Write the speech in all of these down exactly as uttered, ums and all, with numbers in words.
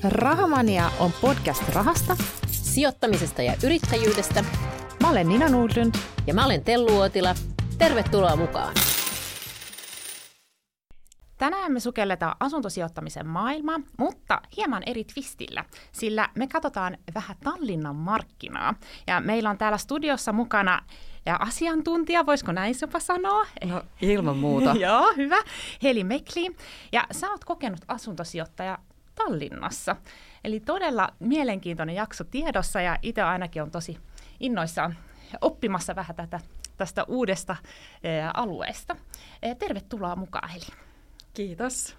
Rahamania on podcast rahasta, sijoittamisesta ja yrittäjyydestä. Mä olen Nina Nordlund. Ja mä olen Tellu Uotila. Tervetuloa mukaan! Tänään me sukelletaan asuntosijoittamisen maailmaa, mutta hieman eri twistillä, sillä me katsotaan vähän Tallinnan markkinaa. Ja meillä on täällä studiossa mukana ja asiantuntija, voisiko näin jopa sanoa? No ilman muuta. Joo, hyvä. Heli Mekli. Ja sä oot kokenut asuntosijoittaja Tallinnassa. Eli todella mielenkiintoinen jakso tiedossa ja itse ainakin on tosi innoissaan oppimassa vähän tätä, tästä uudesta ää, alueesta. Ää, tervetuloa mukaan, Heli. Kiitos.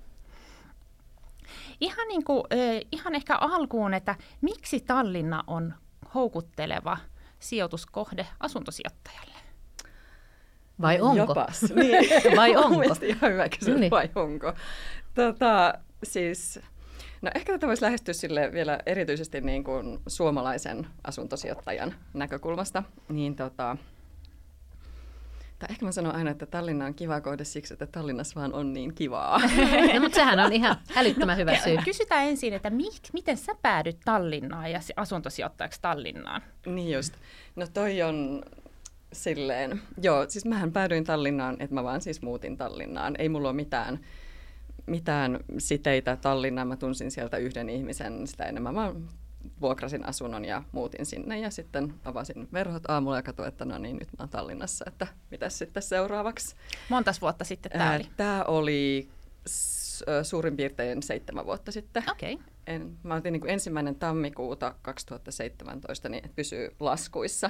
Ihan, niin kuin, äh, ihan ehkä alkuun, että miksi Tallinna on houkutteleva sijoituskohde asuntosijoittajalle? Vai onko? Jopas. Niin. Vai onko? Mielestäni ihan hyvä kysymys, Niin. vai onko? Tota, siis, no ehkä tätä voisi lähestyä sille vielä erityisesti niin kuin suomalaisen asuntosijoittajan näkökulmasta. Niin tota, tai ehkä mä sanon aina, että Tallinna on kiva kohde siksi, että Tallinnassa vaan on niin kivaa. No, mutta sehän on ihan älyttömän hyvä syy. Kysytään ensin, että mi- miten sä päädyt Tallinnaan ja asuntosijoittajaksi Tallinnaan? Niin just. No toi on silleen, joo, siis mähän päädyin Tallinnaan, että mä vaan siis muutin Tallinnaan. Ei mulla ole mitään, mitään siteitä Tallinnaan. Mä tunsin sieltä yhden ihmisen sitä enemmän. Mä vuokrasin asunnon ja muutin sinne ja sitten avasin verhot aamulla ja katsoin, että no niin, nyt mä oon Tallinnassa, että mitäs sitten seuraavaksi. Montas vuotta sitten tämä oli? Tämä oli suurin piirtein seitsemän vuotta sitten. Okei. Okay. En, mä otin niin kuin ensimmäinen tammikuuta kaksituhattaseitsemäntoista, niin että pysyy laskuissa.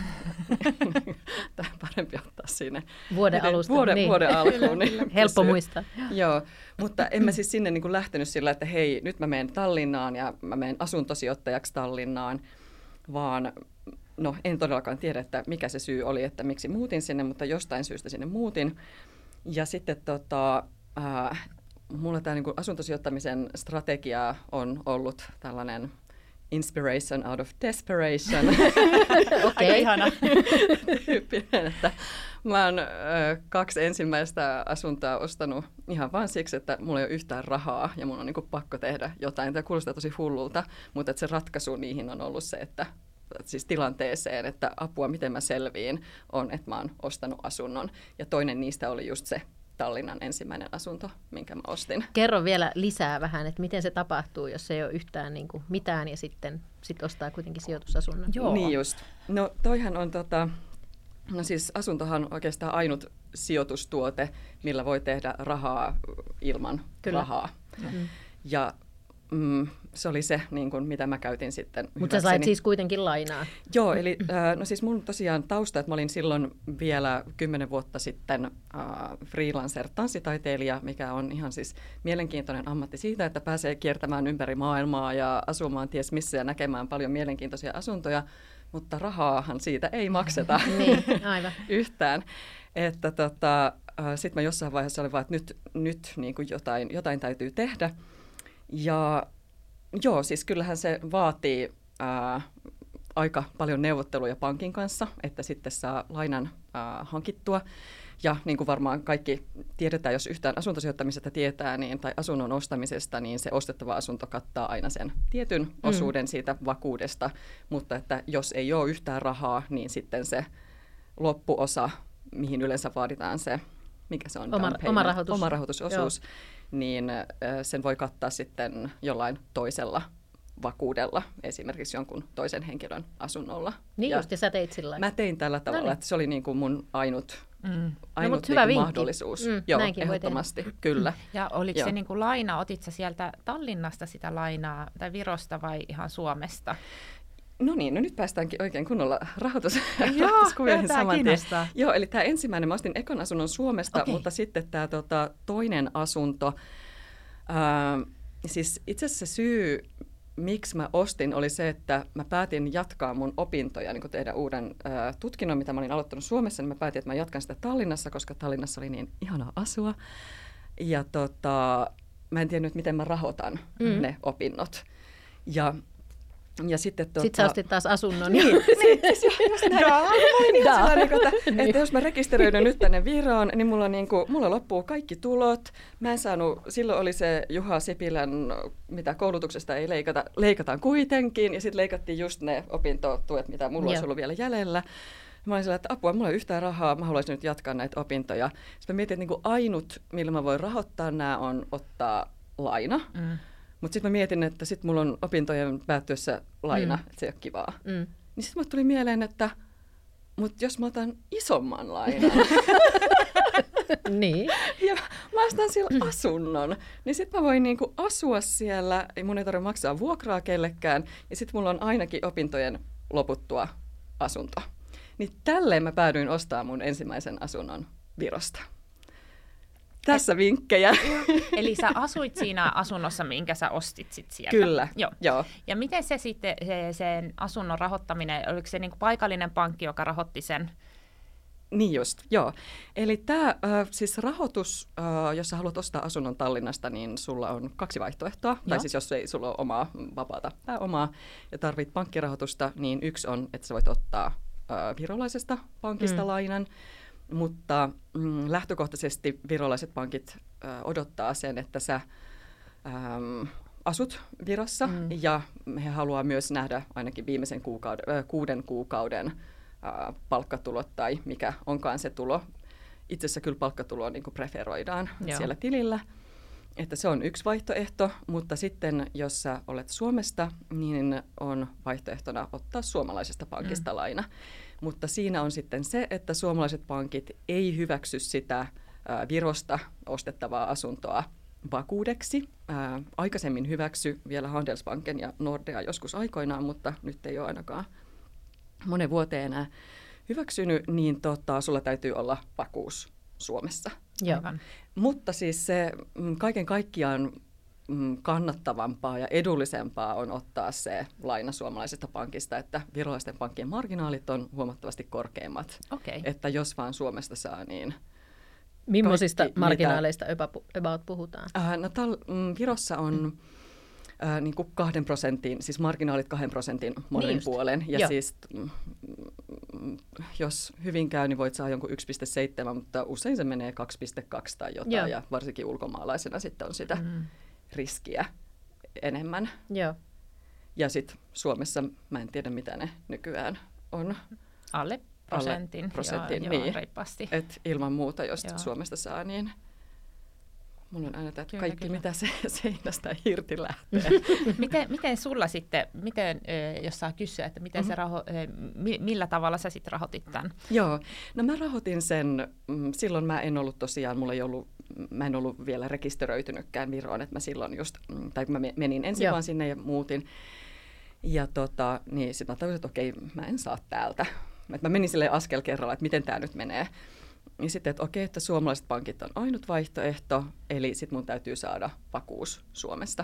Tämä on parempi ottaa siinä. Vuoden alusta. Vuoden, niin. vuoden alkuun. Niin helppo muistaa. Joo, mutta en mä siis sinne niin kuin lähtenyt sillä, että hei, nyt mä menen Tallinnaan ja mä menen asuntosijoittajaksi Tallinnaan, vaan no en todellakaan tiedä, että mikä se syy oli, että miksi muutin sinne, mutta jostain syystä sinne muutin. Ja sitten tota... Äh, mulla tämä niinku asuntosijoittamisen strategia on ollut tällainen inspiration out of desperation. Okei, okay. Ihana. Tyyppinen, että mä oon ö, kaksi ensimmäistä asuntoa ostanut ihan vain siksi, että mulla ei ole yhtään rahaa ja mun on niinku pakko tehdä jotain. Tämä kuulostaa tosi hullulta, mutta että se ratkaisu niihin on ollut se, että siis tilanteeseen, että apua, miten mä selviin, on, että mä oon ostanut asunnon. Ja toinen niistä oli just se Tallinnan ensimmäinen asunto, minkä mä ostin. Kerro vielä lisää vähän, että miten se tapahtuu, jos ei ole yhtään niin kuin mitään ja sitten sit ostaa kuitenkin sijoitusasunnon. Joo. Niin just. No toihan on, tota, no siis asuntohan on oikeastaan ainut sijoitustuote, millä voi tehdä rahaa ilman Kyllä. rahaa. Mm-hmm. Ja mm, se oli se, niin kuin, mitä mä käytin sitten. Mutta sä sait siis kuitenkin lainaa. Joo, eli äh, no siis mun tosiaan tausta, että mä olin silloin vielä kymmenen vuotta sitten äh, freelancer-tanssitaiteilija, mikä on ihan siis mielenkiintoinen ammatti siitä, että pääsee kiertämään ympäri maailmaa ja asumaan ties missä ja näkemään paljon mielenkiintoisia asuntoja, mutta rahaahan siitä ei makseta niin, aivan. yhtään. Että tota, äh, sitten mä jossain vaiheessa olin vaan, että nyt, nyt niin kuin jotain, jotain täytyy tehdä. Ja joo, siis kyllähän se vaatii ää, aika paljon neuvotteluja pankin kanssa, että sitten saa lainan ää, hankittua. Ja niin kuin varmaan kaikki tiedetään, jos yhtään asuntosijoittamisesta tietää niin, tai asunnon ostamisesta, niin se ostettava asunto kattaa aina sen tietyn mm. osuuden siitä vakuudesta. Mutta että jos ei ole yhtään rahaa, niin sitten se loppuosa, mihin yleensä vaaditaan se, mikä se on? Oma, oma, rahoitus. oma rahoitusosuus. Joo. Niin sen voi kattaa sitten jollain toisella vakuudella, esimerkiksi jonkun toisen henkilön asunnolla. Niin ja just, ja sä teit sillä mä tein tällä tavalla, no niin. että se oli niin kuin mun ainut, mm. ainut no, hyvä niin mahdollisuus. Mm, Joo, ehdottomasti, kyllä. Ja oliko Joo. se niin kuin laina, otit sä sieltä Tallinnasta sitä lainaa, tai Virosta vai ihan Suomesta? No niin, no nyt päästäänkin oikein kunnolla rahoitus, Joo, rahoituskuvioihin tämä saman kiinnostaa. Joo, eli tämä ensimmäinen, mä ostin ekan asunnon Suomesta, Okay. mutta sitten tämä tota, toinen asunto, ää, siis itse asiassa se syy, miksi mä ostin, oli se, että mä päätin jatkaa mun opintoja, niin kun tehdä uuden ää, tutkinnon, mitä mä olin aloittanut Suomessa, niin mä päätin, että mä jatkan sitä Tallinnassa, koska Tallinnassa oli niin ihanaa asua. Ja tota, mä en tiennyt, miten mä rahoitan mm. ne opinnot. Ja Ja sitten, tuota... sitten sä ostit taas asunnon. Niin, niin siis just näin. Niin, että, että jos mä rekisteröidyn nyt tänne Viroon, niin mulla, niin kuin, mulla loppuu kaikki tulot. Mä en saanut, silloin oli se Juha Sipilän, mitä koulutuksesta ei leikata, leikataan kuitenkin. Ja sitten leikattiin just ne opintotuet, mitä mulla olisi ollut vielä jäljellä. Mä olin sellainen, että apua, mulla ei ole yhtään rahaa, mä haluaisin nyt jatkaa näitä opintoja. Sitten mä mietin, että niin kuin ainut, millä mä voin rahoittaa nämä, on ottaa laina. Mm. Mutta sitten mä mietin, että sitten mulla on opintojen päättyessä laina, mm. että se ei ole kivaa. Mm. Niin sitten mulle tuli mieleen, että mut jos mä otan isomman lainan niin. ja mä ostan sillä asunnon, niin sitten mä voin niinku asua siellä, ei mun ei tarvitse maksaa vuokraa kellekään, ja sitten mulla on ainakin opintojen loputtua asunto. Niin tälleen mä päädyin ostamaan mun ensimmäisen asunnon Virosta. Tässä Et, vinkkejä. Eli sä asuit siinä asunnossa, minkä sä ostit sit sieltä? Kyllä, joo. joo. Ja miten se sitten, se, sen asunnon rahoittaminen, oliko se niinku paikallinen pankki, joka rahoitti sen? Niin just, joo. Eli tämä äh, siis rahoitus, äh, jos sä haluat ostaa asunnon Tallinnasta, niin sulla on kaksi vaihtoehtoa. Joo. Tai siis jos ei sulla ole omaa vapaata pääomaa ja tarvit pankkirahoitusta, niin yksi on, että sä voit ottaa äh, virolaisesta pankista mm. lainan. Mutta mm, lähtökohtaisesti virolaiset pankit ö, odottaa sen, että sä äm, asut Virossa mm. ja he haluaa myös nähdä ainakin viimeisen kuukauden, ö, kuuden kuukauden ö, palkkatulot tai mikä onkaan se tulo. Itse asiassa kyllä palkkatuloa niin kuin preferoidaan Joo. siellä tilillä. Että se on yksi vaihtoehto, mutta sitten jos sä olet Suomesta, niin on vaihtoehtona ottaa suomalaisesta pankista mm. laina. Mutta siinä on sitten se, että suomalaiset pankit ei hyväksy sitä ää, Virosta ostettavaa asuntoa vakuudeksi. Ää, aikaisemmin hyväksy vielä Handelsbanken ja Nordea joskus aikoinaan, mutta nyt ei ole ainakaan monen vuoteen enää hyväksynyt, niin tota, sulla täytyy olla vakuus Suomessa. Joo. Mutta siis se kaiken kaikkiaan kannattavampaa ja edullisempaa on ottaa se laina suomalaisesta pankista, että virolaisten pankkien marginaalit on huomattavasti korkeimmat. Okay. Että jos vaan Suomesta saa, niin... Millaisista kaikki, marginaaleista mitä, about puhutaan? Äh, no tal, mm, Virossa on mm. äh, niin kuin kahden prosentin, siis marginaalit kahden prosentin monin niin puolen. Ja Joo. siis mm, jos hyvin käy, niin voit saa jonkun yksi pilkku seitsemän, mutta usein se menee kaksi pilkku kaksi tai jotain. Joo. Ja varsinkin ulkomaalaisena sitten on sitä... Mm. riskiä enemmän. Joo. Ja sitten Suomessa, mä en tiedä mitä ne nykyään on. Alle prosentin. Alle prosentin, joo, niin. Joo, reippaasti. Et ilman muuta, jos joo. Suomesta saa, niin mulla on aina tämä, että kaikki kyllä. mitä se seinästä irti lähtee. miten, miten sulla sitten, miten, jos saa kysyä, että miten mm-hmm. se raho, millä tavalla sä sitten rahoitit tämän? Joo, no mä rahoitin sen, silloin mä en ollut tosiaan, mulla ei ollut, mä en ollut vielä rekisteröitynytkään Viroon, että mä silloin just, tai kun mä menin ensin Joo. vaan sinne ja muutin. Ja tota, niin sitten mä tajusin, että okei, mä en saa täältä. Että mä menin silleen askel kerralla, että miten tämä nyt menee. Ja sitten, että okei, että suomalaiset pankit on ainut vaihtoehto, eli sitten mun täytyy saada vakuus Suomesta.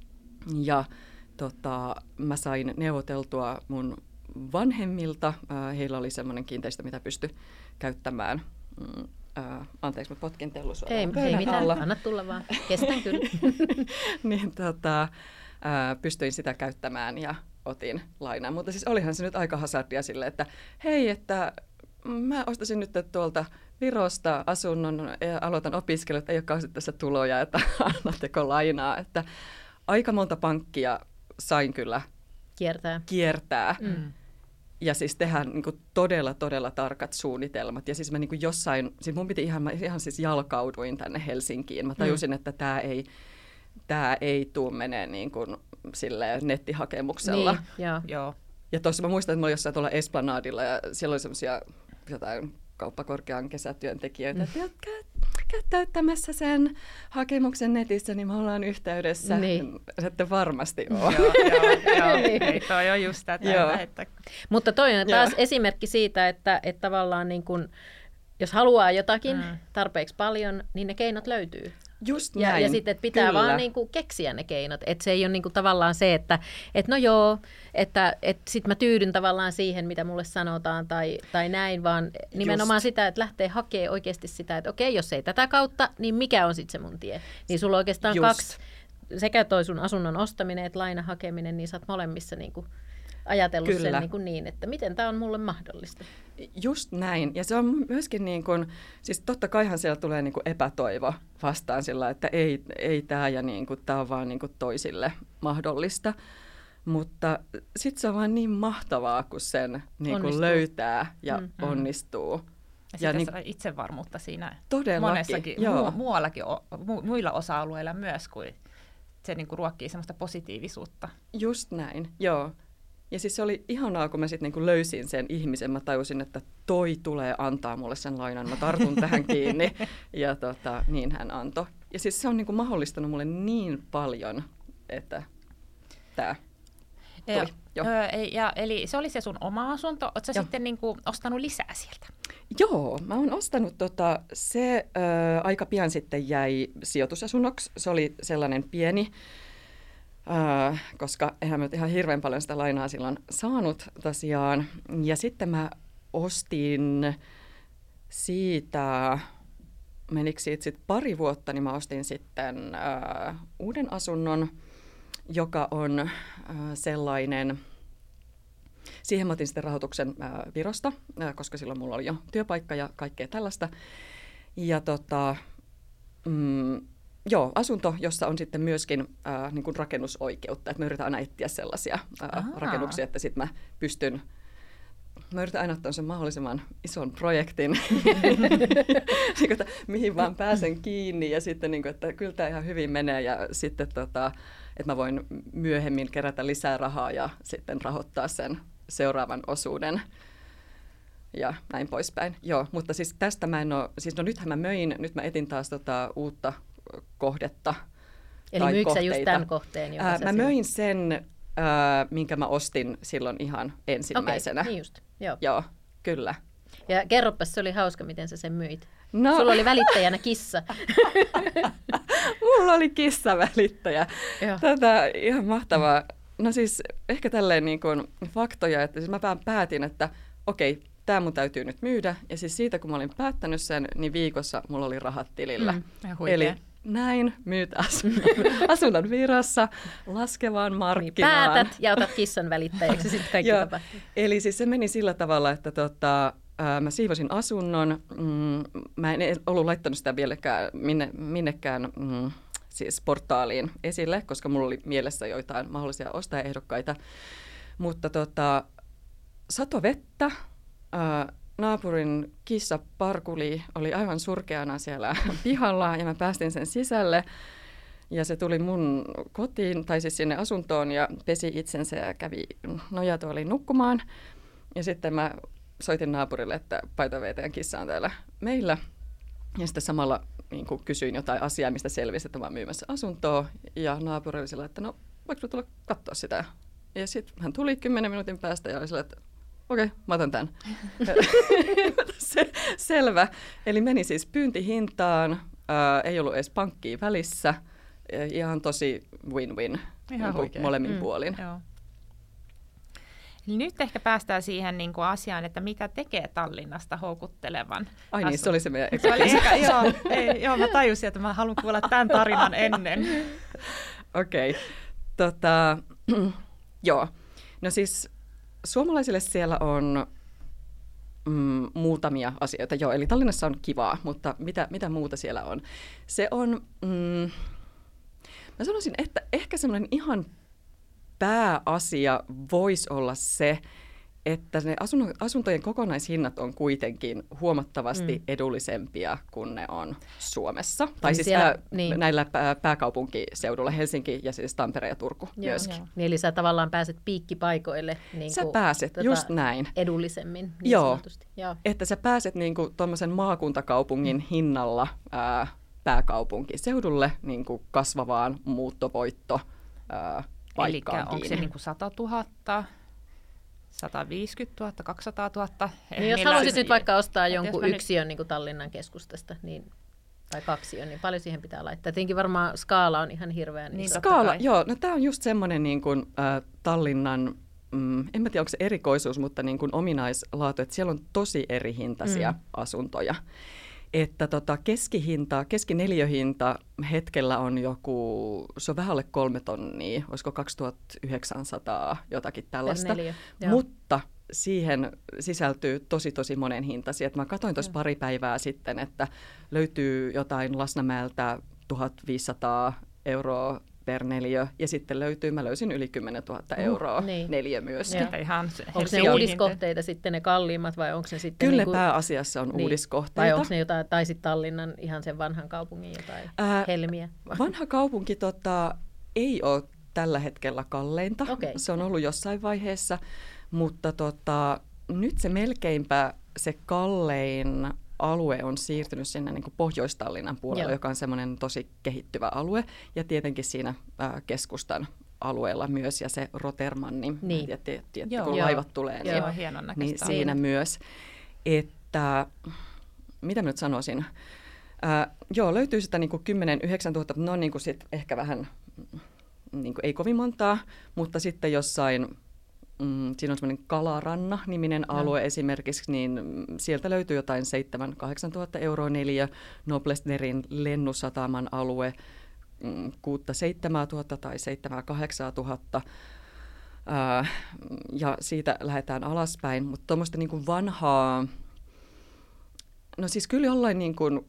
Ja tota, mä sain neuvoteltua mun vanhemmilta. Äh, heillä oli semmoinen kiinteistö, mitä pystyi käyttämään. Mm, äh, anteeksi, mä potkin tellu suoraan. Ei, ei mitään, alla. Anna tulla vaan. Kestän kyllä. niin tota, äh, pystyin sitä käyttämään ja otin lainaa. Mutta siis olihan se nyt aika hazardia sille, että hei, että mä ostasin nyt tuolta Virosta asunnon ja aloitan opiskelut, että ei ole kauheasti tässä tuloja, että annatteko lainaa. Että aika monta pankkia sain kyllä kiertää. kiertää. Mm. Ja siis tehdä niin kuin todella, todella tarkat suunnitelmat. Ja siis mä niin kuin jossain, siis mun piti ihan, mä ihan siis jalkauduin tänne Helsinkiin. Mä tajusin, mm. että tämä ei, tää ei tule menee niin kuin silleen nettihakemuksella. Niin, joo. joo. Ja tuossa mä muistan, että mä olin jossain tuolla Esplanadilla ja siellä oli semmoisia jotain kauppakorkean kesätyöntekijöitä, että käy, käy täyttämässä sen hakemuksen netissä, niin me ollaan yhteydessä. Niin. Että varmasti on. joo, joo, joo. Ei, toi on just tätä. Että... Mutta toi on taas joo. esimerkki siitä, että, että tavallaan niin kun, jos haluaa jotakin mm. tarpeeksi paljon, niin ne keinot löytyy. Just ja, näin. ja sitten, että pitää Kyllä. vaan niin kuin keksiä ne keinot. Että se ei ole niin kuin tavallaan se, että et no joo, että et sitten mä tyydyn tavallaan siihen, mitä mulle sanotaan tai, tai näin, vaan nimenomaan Just. sitä, että lähtee hakemaan oikeasti sitä, että okei, jos ei tätä kautta, niin mikä on sitten se mun tie? Niin sulla on oikeastaan Just. kaksi sekä toi sun asunnon ostaminen että laina hakeminen, niin sä oot molemmissa niin kuin ajatellut Kyllä. sen niin, kuin niin, että miten tämä on mulle mahdollista. Just näin. Ja se on myöskin niin kuin, siis totta kaihan siellä tulee niin kuin epätoivo vastaan sillä, että ei, ei tämä ja niin kuin, tämä on vaan niin kuin toisille mahdollista. Mutta sitten se on vaan niin mahtavaa, kun sen niin kuin löytää ja mm. onnistuu. Ja, ja niin, itsevarmuutta siinä todellakin, monessakin, mu, muuallakin, mu, muilla osa-alueilla myös, kuin se niin kuin ruokkii semmoista positiivisuutta. Just näin, joo. Ja siis se oli ihanaa, kun mä sitten niinku löysin sen ihmisen. Mä tajusin, että toi tulee antaa mulle sen lainan. Mä tartun tähän kiinni. Ja tota, niin hän antoi. Ja siis se on niinku mahdollistanut mulle niin paljon, että tämä tuli. Ja, öö, ja, eli se oli se sun oma asunto. Oletko sä sitten niinku ostanut lisää sieltä? Joo, mä oon ostanut, tota, se ö, aika pian sitten jäi sijoitusasunnoksi. Se oli sellainen pieni, Uh, koska eihän mä ihan hirveän paljon sitä lainaa silloin saanut tosiaan. Ja sitten mä ostin siitä, menikö siitä sit pari vuotta, niin mä ostin sitten uh, uuden asunnon, joka on uh, sellainen, siihen mä otin sitten rahoituksen uh, Virosta, uh, koska silloin mulla oli jo työpaikka ja kaikkea tällaista. Ja tota... Mm, Joo, asunto, jossa on sitten myöskin äh, niin kuin rakennusoikeutta. Että mä yritän aina etsiä sellaisia äh, rakennuksia, että sitten mä pystyn, mä yritän aina ottaa sen mahdollisimman ison projektin, niin, että mihin vaan pääsen kiinni ja sitten, niin kuin, että kyllä tämä ihan hyvin menee ja sitten, tota, että mä voin myöhemmin kerätä lisää rahaa ja sitten rahoittaa sen seuraavan osuuden. Ja näin poispäin. Joo, mutta siis tästä mä en ole, siis no nythän mä möin, nyt mä etin taas tota uutta kohdetta. Eli myykö sä just tämän kohteen? Joka Ää, mä möin sen, ää, minkä mä ostin silloin ihan ensimmäisenä. Okei, niin just. Joo. Joo, kyllä. Ja kerropas, se oli hauska, miten sä sen myit. No. Sulla oli välittäjänä kissa. Mulla oli kissavälittäjä. Tätä ihan mahtavaa. No siis ehkä tälleen niin kuin faktoja, että siis mä päätin, että okei, tämä mun täytyy nyt myydä. Ja siis siitä, kun mä olin päättänyt sen, niin viikossa mulla oli rahat tilillä. Mm, Eli näin, myyt asunnon, asunnon Virossa, laskevaan markkinaan. Niin päätät ja otat kissan välittäjäksi, sitten kaikki tapahtuu. Eli siis se meni sillä tavalla, että tota, ää, mä siivosin asunnon. Mm, mä en ollut laittanut sitä vieläkään minne, minnekään mm, siis portaaliin esille, koska mulla oli mielessä joitain mahdollisia ostajaehdokkaita. Mutta tota, sato vettä. Ää, naapurin kissa Parkuli oli aivan surkeana siellä pihalla ja mä päästin sen sisälle ja se tuli mun kotiin tai siis sinne asuntoon ja pesi itsensä ja kävi nojatuoliin nukkumaan. Ja sitten mä soitin naapurille, että by the way, teidän kissa on täällä meillä. Ja sitten samalla niin kuin kysyin jotain asiaa, mistä selvisi, että mä oon myymässä asuntoa. Ja naapuri oli sillä, että no voiko mä tulla katsoa sitä? Ja sitten hän tuli kymmenen minuutin päästä ja oli sillä, että okei, okay, mä otan tämän. Se, selvä. Eli meni siis pyyntihintaan, ää, ei ollut edes pankkia välissä. Ihan tosi win-win ihan niin molemmin mm, puolin. Joo. Eli nyt ehkä päästään siihen niin kuin asiaan, että mikä tekee Tallinnasta houkuttelevan. Ai niin, se oli se meidän se oli eka, joo, ei, joo, mä tajusin, että mä haluan kuulla tämän tarinan ennen. Okei, okay. tota, joo. No siis suomalaisille siellä on mm, muutamia asioita. Joo, eli Tallinnassa on kivaa, mutta mitä, mitä muuta siellä on? Se on, mm, mä sanoisin, että ehkä semmoinen ihan pääasia voisi olla se, että ne asuntojen kokonaishinnat on kuitenkin huomattavasti mm. edullisempia kuin ne on Suomessa. Niin tai siis siellä, ää, niin. näillä pää, pääkaupunkiseudulla, Helsinki ja siis Tampere ja Turku joo, myöskin. Joo. Niin, eli sä tavallaan pääset piikkipaikoille niin sä kuin, pääset, tota, just näin. Edullisemmin, niin joo, sanotusti. Joo, että sä pääset niin kuin tuommoisen maakuntakaupungin hinnalla ää, pääkaupunkiseudulle niin kuin kasvavaan muuttovoitto ää, paikkaan. Eli onko se niin kuin sata tuhatta? sata viisikymmentätuhatta, kaksisataatuhatta. Niin jos haluaisit nyt vaikka ostaa jonkun yksiön niin kuin Tallinnan keskustasta, niin, tai kaksiön, niin paljon siihen pitää laittaa. Tietenkin varmaan skaala on ihan hirveän niin, iso. Skaala, joo. No tämä on just semmoinen niin kuin, äh, Tallinnan, mm, en mä tiedä onko se erikoisuus, mutta niin kuin ominaislaatu, että siellä on tosi eri hintaisia mm. asuntoja. että tota keskihinta, keskineliöhinta hetkellä on joku, se on vähän alle kolme tonnia, olisiko kaksituhattayhdeksänsataa jotakin tällaista, neliö, mutta siihen sisältyy tosi tosi monen hintaisia. Mä katsoin tuossa pari päivää sitten, että löytyy jotain Lasnamäeltä tuhatviisisataa euroa per neliö, ja sitten löytyy, mä löysin yli kymmenentuhatta euroa uh, niin. neliö myös. Ihan onko ne uudiskohteita sitten ne kalliimmat, vai onko ne sitten... Kyllä niin kuin, pääasiassa on niin, uudiskohteita. Vai onko ne jotain, tai sitten Tallinnan ihan sen vanhan kaupungin jotain Ää, helmiä? Vanha kaupunki tota, ei ole tällä hetkellä kalleinta. Okay. Se on ollut jossain vaiheessa, mutta tota, nyt se melkeinpä se kallein alue on siirtynyt sinne niin kuin Pohjois-Tallinnan puolelle, Joo. joka on semmoinen tosi kehittyvä alue, ja tietenkin siinä ää, keskustan alueella myös, ja se Rotermanni, niin. ja te, te, te, kun laivat tulee, niin, Joo, hienon niin siinä myös. Että, mitä mä nyt sanoisin? Ää, joo, löytyy sitä niin kuin kymmenen yhdeksäntuhatta, no niin kuin sit ehkä vähän, niin kuin ei kovin montaa, mutta sitten jossain... Mm, siinä on semmoinen Kalaranna-niminen no. alue esimerkiksi, niin sieltä löytyy jotain seitsemän kahdeksan tuhatta euroa neliö. Noblesnerin Lennusataman alue mm, kuusi seitsemän tuhatta tai seitsemän kahdeksan tuhatta. Äh, ja siitä lähdetään alaspäin, mutta tuommoista niin kuin vanhaa, no siis kyllä jollain niin kuin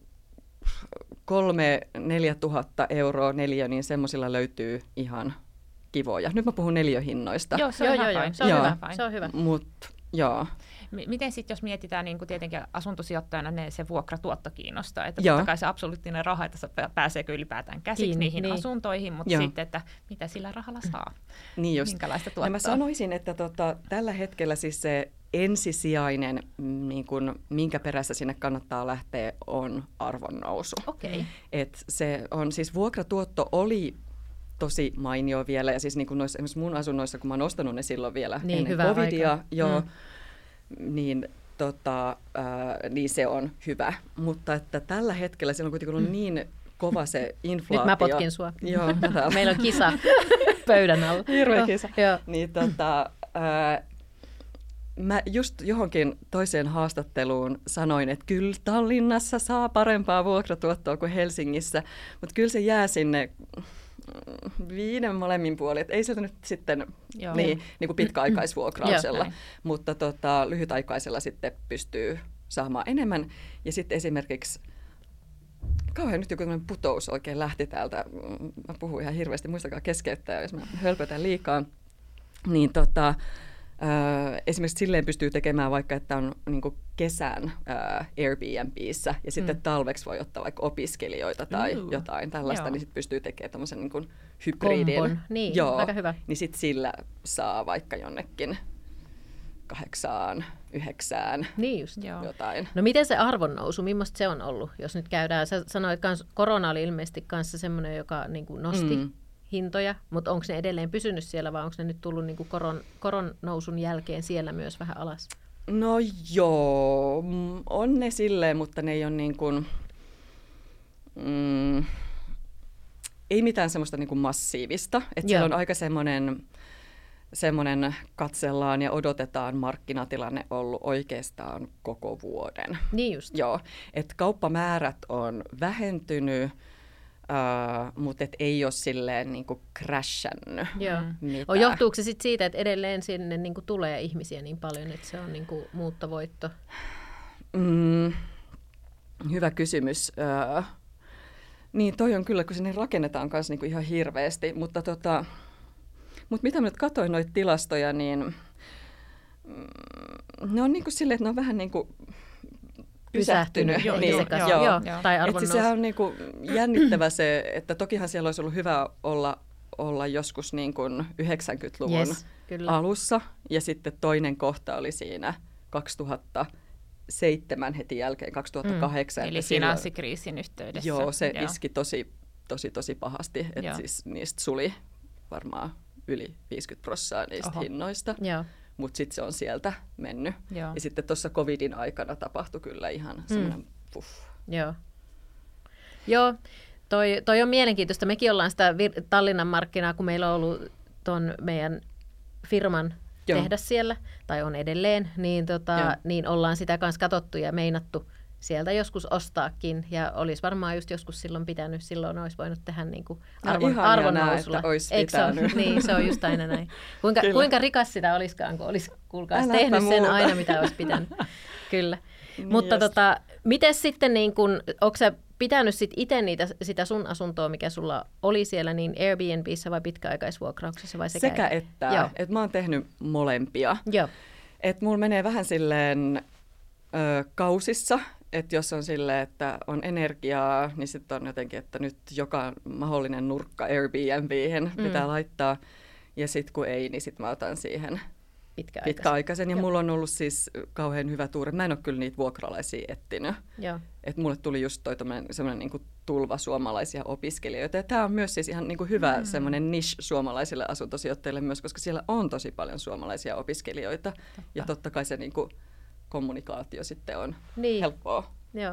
kolme neljä tuhatta euroa neliö, niin semmoisilla löytyy ihan kivoja. Nyt mä puhun neliöhinnoista. Joo, se on, joo, joo, joo, se on joo. hyvä. Se on hyvä. Mut, joo. M- miten sitten, jos mietitään niin kuin tietenkin asuntosijoittajana, ne se vuokratuotto kiinnostaa, että joo. totta kai se absoluuttinen raha, että pääseekö ylipäätään käsiksi Kiin, niihin niin. asuntoihin, mutta joo. sitten, että mitä sillä rahalla saa, niin just. Minkälaista tuottoa. Ja mä sanoisin, että tota, tällä hetkellä siis se ensisijainen, niin kun, minkä perässä sinne kannattaa lähteä, on arvonnousu. Okay. Et se on siis vuokratuotto oli tosi mainio vielä, ja siis niin kuin noissa, esimerkiksi mun asunnoissa, kun mä oon ostanut ne silloin vielä niin, ennen covidia, joo, mm. niin, tota, äh, niin se on hyvä. Mutta että tällä hetkellä siellä on kuitenkin ollut niin kova se inflaatio. Nyt mä potkin sua. Joo, meillä on kisa pöydän alla. Hirveä kisa. Joo. Niin, tota, äh, mä just johonkin toiseen haastatteluun sanoin, että kyllä Tallinnassa saa parempaa vuokratuottoa kuin Helsingissä, mutta kyllä se jää sinne viiden molemmin puolin. Ei se nyt sitten niin, niin kuin pitkäaikaisvuokrausella, mutta tota, lyhytaikaisella sitten pystyy saamaan enemmän. Ja sitten esimerkiksi, kauhean nyt joku putous oikein lähti täältä, mä puhun ihan hirveästi, muistakaa keskeyttää, jos mä hölpötän liikaa, niin tota, Äh, esimerkiksi silleen pystyy tekemään vaikka, että on niin kuin kesän äh, Airbnbissä ja sitten mm. talveksi voi ottaa vaikka opiskelijoita tai uh, jotain tällaista, joo. niin sitten pystyy tekemään tämmöisen niin kuin hybridin. Kombon. Niin, joo, aika hyvä. Niin sitten sillä saa vaikka jonnekin kahdeksaan, yhdeksään niin just. jotain. No miten se arvonnousu, millaista se on ollut, jos nyt käydään? Sä sanoit, että korona oli ilmeisesti kanssa semmoinen, joka niin kuin nosti mm. hintoja, mutta onko ne edelleen pysynyt siellä vai onko ne nyt tullut niin kuin koron, koron nousun jälkeen siellä myös vähän alas? No joo, on ne silleen, mutta ne ei ole niin kuin, mm, ei mitään semmoista niin kuin massiivista. Että siellä on aika semmoinen, semmoinen katsellaan ja odotetaan markkinatilanne ollut oikeastaan koko vuoden. Niin just. Joo, että kauppamäärät on vähentynyt. Uh, mutta et ei ole silleen niinku crashannut mitään. Johtuuko se sit siitä, että edelleen sinne niinku tulee ihmisiä niin paljon, että se on niinku muuttovoitto? Mm, hyvä kysymys. Uh, niin toi on kyllä, kun sinne rakennetaan kanssa niinku ihan hirveästi, mutta tota, mut mitä mä nyt katsoin noita tilastoja, niin mm, ne on niinku silleen, että ne on vähän niinku pysähtynyt. Joo, niin, joo, joo, joo. Tai arvonnousu. Sehän on niin kuin jännittävä se, että tokihan siellä olisi ollut hyvä olla, olla joskus niin kuin yhdeksänkymmentäluvun yes, alussa. Ja sitten toinen kohta oli siinä kaksituhattaseitsemän heti jälkeen, kaksituhattakahdeksan. Mm, eli finanssikriisin yhteydessä. Joo, se joo. iski tosi, tosi, tosi pahasti. Että siis niistä suli varmaan yli viisikymmentä prosenttia niistä Oho. hinnoista. Joo. Mutta sitten se on sieltä mennyt. Joo. Ja sitten tuossa covidin aikana tapahtui kyllä ihan semmoinen mm. puff. Joo, Joo toi, toi on mielenkiintoista. Mekin ollaan sitä vir- Tallinnan markkinaa, kun meillä on ollut ton meidän firman Joo. tehdas siellä, tai on edelleen, niin, tota, niin ollaan sitä kanssa katsottu ja meinattu sieltä joskus ostaakin. Ja olisi varmaan just joskus silloin pitänyt, silloin olisi voinut tehdä niin kuin arvon, no, arvonnousulla. Eikö se ole? Niin, se on just aina näin. Kuinka, kuinka rikas sitä olisikaan, kun olisi kuulkaas tehnyt sen muuta. Aina, mitä olisi pitänyt. Kyllä. Niin Mutta tota, miten sitten, niin kun, onko sä pitänyt sit itse niitä, sitä sun asuntoa, mikä sulla oli siellä, niin Airbnbissä vai pitkäaikaisvuokrauksessa vai sekä? Sekä että. että. Et mä oon tehnyt molempia. Joo. Et mulla menee vähän silleen ö, kausissa, että jos on silleen, että on energiaa, niin sitten on jotenkin, että nyt joka mahdollinen nurkka Airbnbihin pitää mm. laittaa. Ja sitten kun ei, niin sitten mä otan siihen pitkäaikaisen. pitkäaikaisen. Ja Joo. mulla on ollut siis kauhean hyvä tuuri. Mä en ole kyllä niitä vuokralaisia etsinyt. Että mulle tuli just toi semmoinen niinku tulva suomalaisia opiskelijoita. Ja tämä on myös siis ihan niinku hyvä mm. semmoinen niche suomalaisille asuntosijoittajille myös, koska siellä on tosi paljon suomalaisia opiskelijoita. Totta. Ja totta kai se niinku kommunikaatio sitten on niin. helppoa. Joo.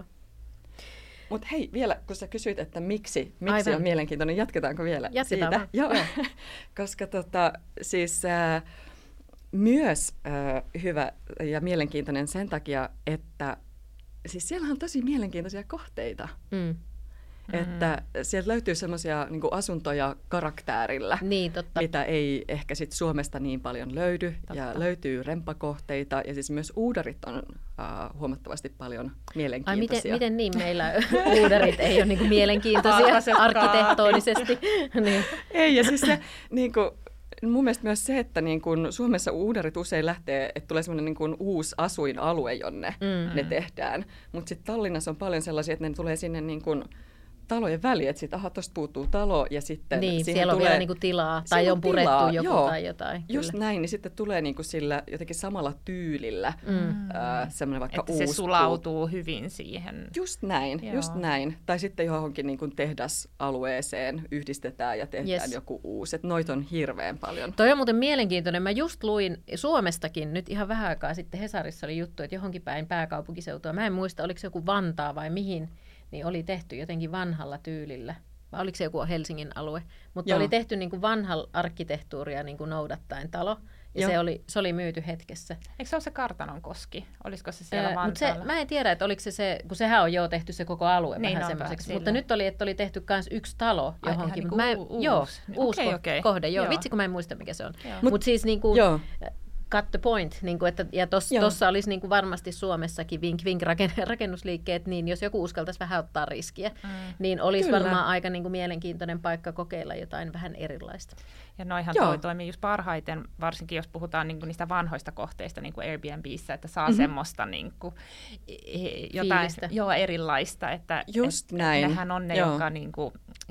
Mutta hei, vielä kun sä kysyit, että miksi, miksi on mielenkiintoinen, jatketaanko vielä Jatketaan siitä? Joo. Joo. Koska tota, siis äh, myös äh, hyvä ja mielenkiintoinen sen takia, että siis siellä on tosi mielenkiintoisia kohteita. Mm. Että sieltä löytyy semmoisia niin kuin asuntoja karaktäärillä, niin, totta. mitä ei ehkä sit Suomesta niin paljon löydy. Totta. Ja löytyy rempakohteita ja siis myös uudarit on uh, huomattavasti paljon mielenkiintoisia. Ai miten, miten niin meillä uudarit ei ole niin kuin mielenkiintoisia arkkitehtonisesti? niin. Ei ja siis se niin kuin, mun mielestä myös se, että niin kun Suomessa uudarit usein lähtee, että tulee semmoinen niin kun uusi asuinalue, jonne mm. ne tehdään. Mutta sitten Tallinnassa on paljon sellaisia, että ne tulee sinne niin kun talojen väliin, että sitten aha, tuosta puuttuu talo ja sitten niin, siihen siellä on tulee, vielä niinku tilaa tai on purettu tilaa, joku joo, tai jotain. Just kyllä. näin, niin sitten tulee niinku sillä jotenkin samalla tyylillä mm. äh, semmoinen vaikka että uusi. Että se sulautuu hyvin siihen. Just näin, joo. just näin. Tai sitten johonkin niinku tehdasalueeseen yhdistetään ja tehdään yes. joku uusi. Että noita on hirveän paljon. Toi on muuten mielenkiintoinen. Mä just luin Suomestakin nyt ihan vähän aikaa sitten Hesarissa oli juttu, että johonkin päin pääkaupunkiseutua. Mä en muista, oliko se joku Vantaa vai mihin. Niin oli tehty jotenkin vanhalla tyylillä, vai oliko se joku Helsingin alue, mutta Joo. oli tehty niin kuin vanhalla arkkitehtuuria niin kuin noudattaen talo, ja se oli, se oli myyty hetkessä. Eikö se ole se Kartanonkoski? Olisiko se siellä öö, Vantaalla? Se, mä en tiedä, että oliko se se, kun sehän on jo tehty se koko alue niin vähän semmoiseksi, mutta nyt oli, että oli tehty myös yksi talo johonkin. Ai, niin mä en, uusi. Joo, uusi okay, okay. kohde, joo. joo. Vitsi, kun mä en muista, mikä se on. Mutta Mut siis niin kuin, cut the point, niin kuin, että, ja tuossa olisi niin kuin varmasti Suomessakin vink vink rakennusliikkeet, niin jos joku uskaltaisi vähän ottaa riskiä, mm. niin olisi Kyllä. varmaan aika niin kuin mielenkiintoinen paikka kokeilla jotain vähän erilaista. Ja noihan toi toimii just parhaiten, varsinkin jos puhutaan niin kuin niistä vanhoista kohteista niin kuin Airbnbissä, että saa mm-hmm. semmoista niin kuin, jotain joo, erilaista, että just et, näin. Nehän on ne, joo. jotka niin kuin,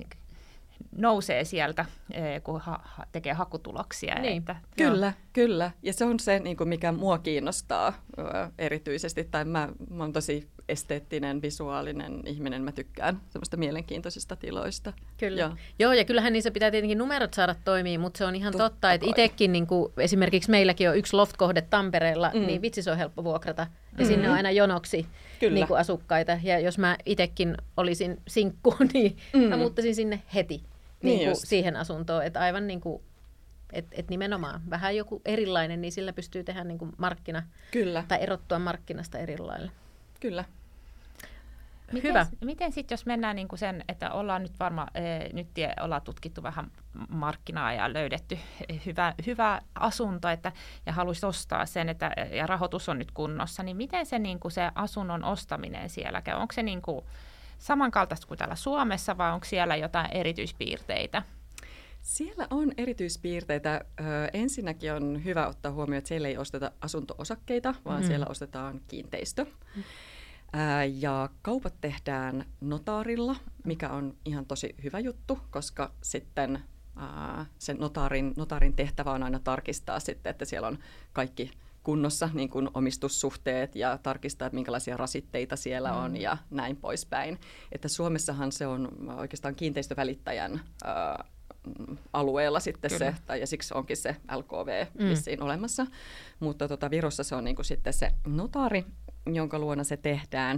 nousee sieltä, kun ha- tekee hakutuloksia. Niin. Että, kyllä, joo. kyllä. Ja se on se, niin kuin mikä mua kiinnostaa ö, erityisesti. Tai mä, mä oon tosi esteettinen, visuaalinen ihminen. Mä tykkään semmoista mielenkiintoisista tiloista. Kyllä. Joo, joo ja kyllähän niissä pitää tietenkin numerot saada toimia, mutta se on ihan totta, totta että itsekin, niin kuin, esimerkiksi meilläkin on yksi loft-kohde Tampereella, mm. niin vitsi se on helppo vuokrata. Ja mm-hmm. sinne on aina jonoksi niin kuin asukkaita. Ja jos mä itsekin olisin sinkku, niin mm. mä muuttaisin sinne heti. Niin niin siihen asuntoon, että aivan niin kuin, et, et nimenomaan vähän joku erilainen, niin sillä pystyy tehdä niin kuin markkina, Kyllä. tai erottua markkinasta eri lailla. Kyllä. Miten, Hyvä. Miten sitten, jos mennään niin kuin sen, että ollaan nyt varmaan, nyt ollaan tutkittu vähän markkinaa ja löydetty hyvä, hyvä asunto, että, ja haluaisi ostaa sen, että, ja rahoitus on nyt kunnossa, niin miten se, niin kuin se asunnon ostaminen siellä käy? Onko se niin kuin samankaltaista kuin täällä Suomessa, vai onko siellä jotain erityispiirteitä? Siellä on erityispiirteitä. Ö, ensinnäkin on hyvä ottaa huomioon, että siellä ei osteta asunto-osakkeita, vaan mm. siellä ostetaan kiinteistö. Mm. Ä, ja kaupat tehdään notaarilla, mikä on ihan tosi hyvä juttu, koska sitten ä, sen notaarin, notaarin tehtävä on aina tarkistaa sitten, että siellä on kaikki kunnossa, niin kuin omistussuhteet ja tarkistaa, että minkälaisia rasitteita siellä mm. on ja näin poispäin. Että Suomessahan se on oikeastaan kiinteistövälittäjän ää, alueella sitten Kyllä. se, tai ja siksi onkin se L K V mm. vissiin olemassa. Mutta tota, Virossa se on niin kuin sitten se notaari, jonka luona se tehdään.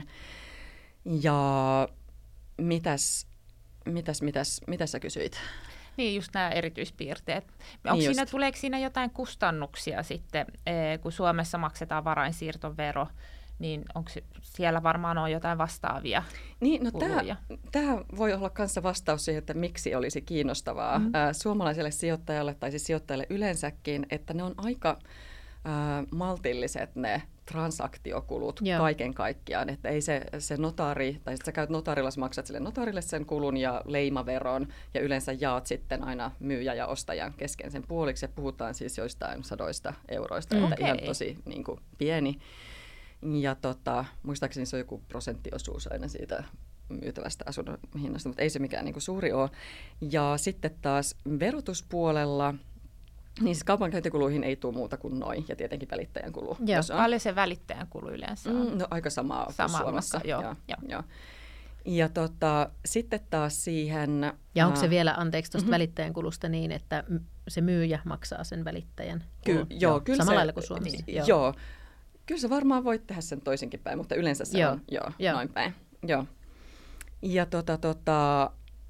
Ja mitäs, mitäs, mitäs, mitäs sä kysyit? Niin, just nämä erityispiirteet. Onko niin siinä, tuleeko siinä jotain kustannuksia sitten, kun Suomessa maksetaan varainsiirtovero, niin onko siellä varmaan on jotain vastaavia Niin, no kuluja? tämä voi olla kanssa vastaus siihen, että miksi olisi kiinnostavaa mm-hmm. ää, suomalaiselle sijoittajalle tai siis sijoittajalle yleensäkin, että ne on aika ää, maltilliset ne transaktiokulut Joo. kaiken kaikkiaan, että ei se, se notaari, tai sä käyt notaarilla, sä maksat sille notaarille sen kulun ja leimaveron, ja yleensä jaat sitten aina myyjä ja ostajan kesken sen puoliksi, ja puhutaan siis joistain sadoista euroista, mm. että okay. ihan tosi niin kuin, pieni. Ja tota, muistaakseni se on joku prosenttiosuus aina siitä myytävästä asunnon hinnasta, mutta ei se mikään niin kuin suuri ole. Ja sitten taas verotuspuolella, niin siis kaupankäyntikuluihin ei tule muuta kuin noin, ja tietenkin välittäjän kulu. Joo, paljon se välittäjän kulu yleensä on? Mm, no aika samaa kuin Suomessa. Joo, joo. Ja, ja. ja tota, sitten taas siihen... Ja onko se vielä, anteeksi tuosta mm-hmm. välittäjän kulusta niin, että se myyjä maksaa sen välittäjän kulun? Ky- joo, joo, kyllä samalla se, lailla kuin Suomessa. Joo. joo, kyllä se varmaan voit tehdä sen toisinkin päin, mutta yleensä se joo. on joo, joo. noin päin. Joo. Ja tota, tota,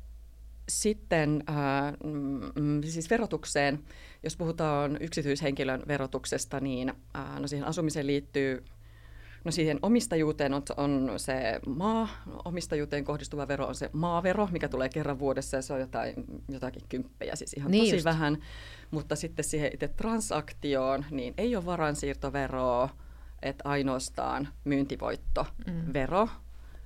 sitten äh, mm, siis verotukseen, jos puhutaan yksityishenkilön verotuksesta, niin äh, no siihen asumiseen liittyy, no siihen omistajuuteen on, on se maa, omistajuuteen kohdistuva vero on se maavero, mikä tulee kerran vuodessa ja se on jotain, jotakin kymppejä, siis ihan niin tosi just. vähän, mutta sitten siihen itse transaktioon, niin ei ole varainsiirtoveroa, että ainoastaan myyntivoittovero, mm.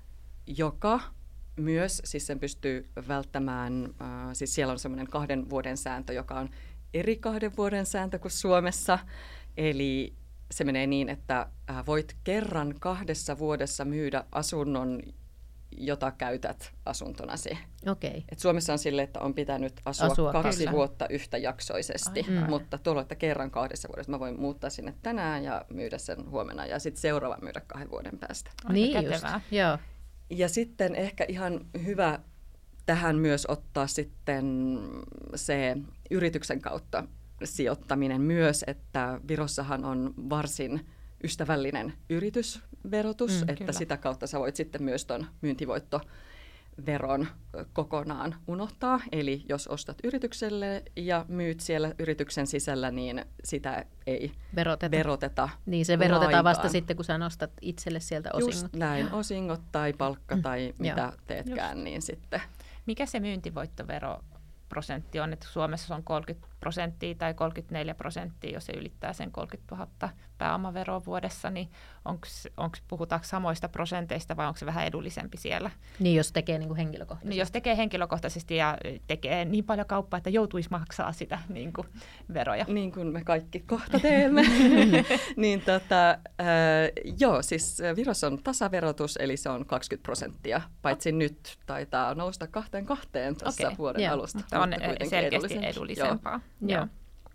joka myös, siis sen pystyy välttämään, äh, siis siellä on semmoinen kahden vuoden sääntö, joka on eri kahden vuoden sääntö kuin Suomessa. Eli se menee niin, että äh, voit kerran kahdessa vuodessa myydä asunnon, jota käytät asuntonasi. Okay. Et Suomessa on sille, että on pitänyt asua, asua kaksi kyllä. vuotta yhtäjaksoisesti, Ai, mutta tuolla, että kerran kahdessa vuodessa mä voin muuttaa sinne tänään ja myydä sen huomenna ja sitten seuraava myydä kahden vuoden päästä. Aika niin just, joo. Ja sitten ehkä ihan hyvä tähän myös ottaa sitten se yrityksen kautta sijoittaminen myös, että Virossahan on varsin ystävällinen yritysverotus, mm, että kyllä. sitä kautta sä voit sitten myös ton myyntivoittoveron kokonaan unohtaa. Eli jos ostat yritykselle ja myyt siellä yrityksen sisällä, niin sitä ei veroteta. veroteta Niin se verotetaan lainkaan. Vasta sitten, kun sä nostat itselle sieltä osingot. Just näin, osingot tai palkka tai mm. mitä teetkään, Just. niin sitten. Mikä se myyntivoittovero prosentti on, että Suomessa on kolmekymmentä prosenttia tai kolmekymmentäneljä prosenttia, jos se ylittää sen kolmekymmentätuhatta pääomaveroa vuodessa, niin onko, puhutaanko samoista prosenteista vai onko se vähän edullisempi siellä? Niin, jos tekee niin kuin henkilökohtaisesti. Niin, jos tekee henkilökohtaisesti ja tekee niin paljon kauppaa, että joutuisi maksaa sitä niin kuin, veroja. Niin kuin me kaikki kohta teemme. niin tota, äh, joo, siis Virossa on tasaverotus, eli se on kaksikymmentä prosenttia, paitsi oh. nyt taitaa nousta kahteen kahteen tuossa okay. vuoden yeah. alusta. Tämä on selkeästi edullisempaa. Joo. Joo.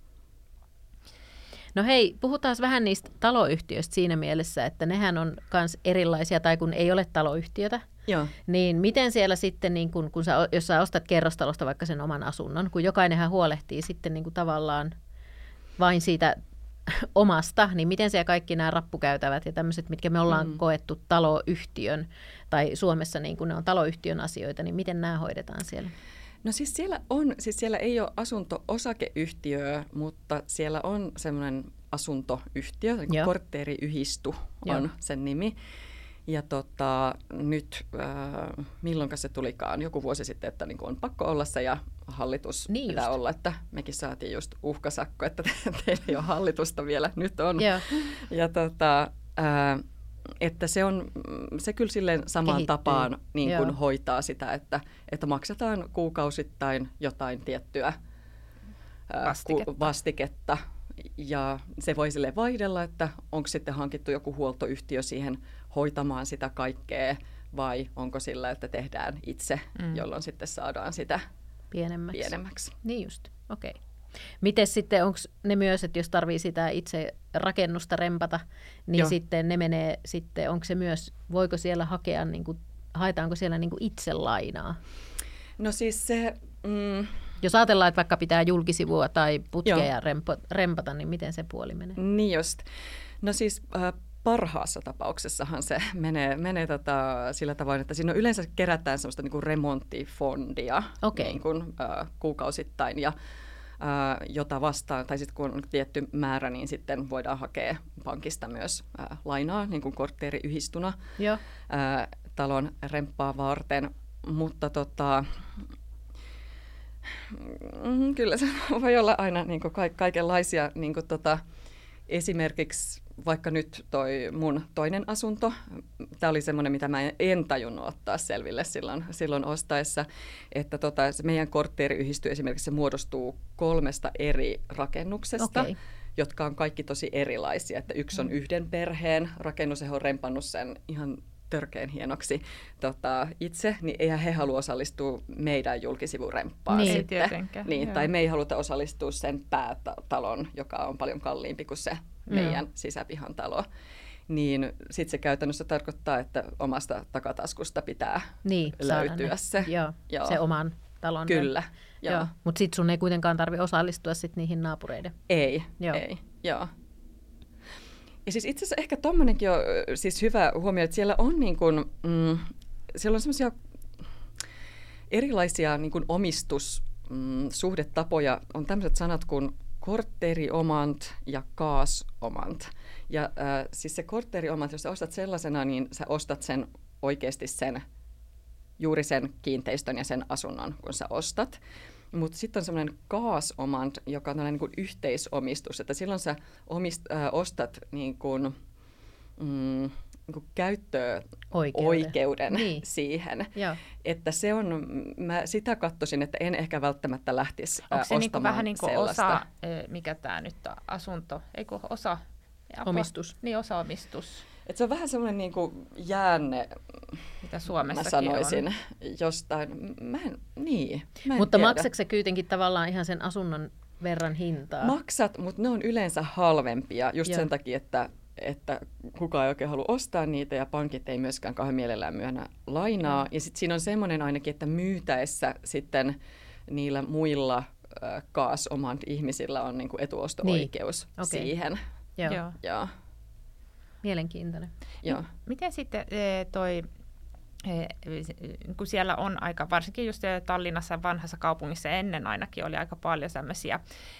No hei, puhutaan vähän niistä taloyhtiöistä siinä mielessä, että nehän on myös erilaisia, tai kun ei ole taloyhtiötä, Joo. niin miten siellä sitten, niin kun, kun sä, jos sä ostat kerrostalosta vaikka sen oman asunnon, kun jokainenhan huolehtii sitten niin kuin tavallaan vain siitä omasta, niin miten siellä kaikki nämä rappukäytävät ja tämmöiset, mitkä me ollaan mm. koettu taloyhtiön, tai Suomessa niin kun ne on taloyhtiön asioita, niin miten nämä hoidetaan siellä? No siis siellä on, siis siellä ei ole asunto-osakeyhtiö, mutta siellä on semmoinen asuntoyhtiö, niin kortteeriyhistu on Joo. sen nimi. Ja tota, nyt, äh, milloinka se tulikaan, joku vuosi sitten, että niin on pakko olla se ja hallitus niin pitää just. olla, että mekin saatiin just uhkasakko, että teillä ei ole hallitusta vielä, nyt on. Joo. Ja tota, äh, että se on se kyllä silleen samaan Kehittyy. tapaan niin kuin hoitaa sitä, että, että maksetaan kuukausittain jotain tiettyä vastiketta. Ku, vastiketta. Ja se voi sille vaihdella, että onko sitten hankittu joku huoltoyhtiö siihen hoitamaan sitä kaikkea vai onko sillä, että tehdään itse, mm. jolloin sitten saadaan sitä pienemmäksi. pienemmäksi. Niin just, okei. Okay. Miten sitten, onko ne myös, että jos tarvii sitä itse rakennusta rempata, niin Joo. sitten ne menee, sitten onko se myös, voiko siellä hakea, niin kuin, haetaanko siellä niin kuin itse lainaa? No siis se... Mm, jos ajatellaan, että vaikka pitää julkisivua tai putkeja rempo, rempata, niin miten se puoli menee? Niin just. No siis äh, parhaassa tapauksessahan se menee, menee tota, sillä tavoin, että siinä yleensä kerätään sellaista niin kuin remonttifondia okay. niin kuin, äh, kuukausittain ja ää, jota vastaan, tai sitten kun on tietty määrä, niin sitten voidaan hakea pankista myös ää, lainaa, niin kuin kortteeriyhdistuna ää, talon remppaa varten. Mutta tota, mm, kyllä se voi olla aina niin kuin ka- kaikenlaisia, niin kuin tota, esimerkiksi vaikka nyt toi mun toinen asunto, tämä oli semmoinen, mitä mä en tajunnut ottaa selville silloin, silloin ostaessa, että tota, se meidän kortteeriyhdistys esimerkiksi se muodostuu kolmesta eri rakennuksesta, okay. jotka on kaikki tosi erilaisia. Että yksi on yhden perheen rakennus, he on rempannut sen ihan törkeän hienoksi tota, itse, niin eihän he halua osallistua meidän julkisivuremppaan niin, sitten. Niin, tai me ei haluta osallistua sen päätalon, joka on paljon kalliimpi kuin se meidän mm. sisäpihan talo. Niin sitten se käytännössä tarkoittaa, että omasta takataskusta pitää niin, löytyä se. Joo, Joo. se oman talon. Kyllä. Mutta sitten sun ei kuitenkaan tarvitse osallistua sit niihin naapureiden. Ei, Joo. ei. Joo. Ja siis itse asiassa ehkä tommonenkin on siis hyvä huomio, että siellä on, niin kuin, mm, siellä on semmoisia erilaisia niin kuin omistussuhdetapoja. Mm, on tämmöiset sanat kuin kortteeriomant ja kaasomant. Ja äh, siis se kortteeriomant, jos sä ostat sellaisena, niin sä ostat sen oikeasti sen, juuri sen kiinteistön ja sen asunnon, kun sä ostat. Mutta sitten on semmoinen kaasomant, joka on tällainen niin kuin yhteisomistus, että silloin sä omist, äh, ostat niin kuin, mm, niin kuin käyttöoikeuden niin. siihen. Joo. Että se on, mä sitä katsoisin, että en ehkä välttämättä lähtisi äh, ostamaan niin vähän niin kuin sellaista. Osa, mikä tämä nyt on, asunto, eikö osa? Omistus. Niin, osaomistus. Et se on vähän semmoinen niin kuin jäänne, mitä Suomessakin mä sanoisin, on. jostain. Mä en, niin, mä en mutta tiedä. maksatko se kuitenkin tavallaan ihan sen asunnon verran hintaa? Maksat, mutta ne on yleensä halvempia just Joo. sen takia, että, että kukaan ei oikein halua ostaa niitä ja pankit ei myöskään kauhean mielellään myönnä lainaa. Joo. Ja sitten siinä on semmoinen ainakin, että myytäessä sitten niillä muilla äh, kaasomant ihmisillä on niin kuin etuosto-oikeus niin. okay. siihen. Joo. Joo. Joo. Mielenkiintoinen. Joo. Miten sitten toi, kun siellä on aika, varsinkin just Tallinnassa vanhassa kaupungissa ennen ainakin oli aika paljon sellaisia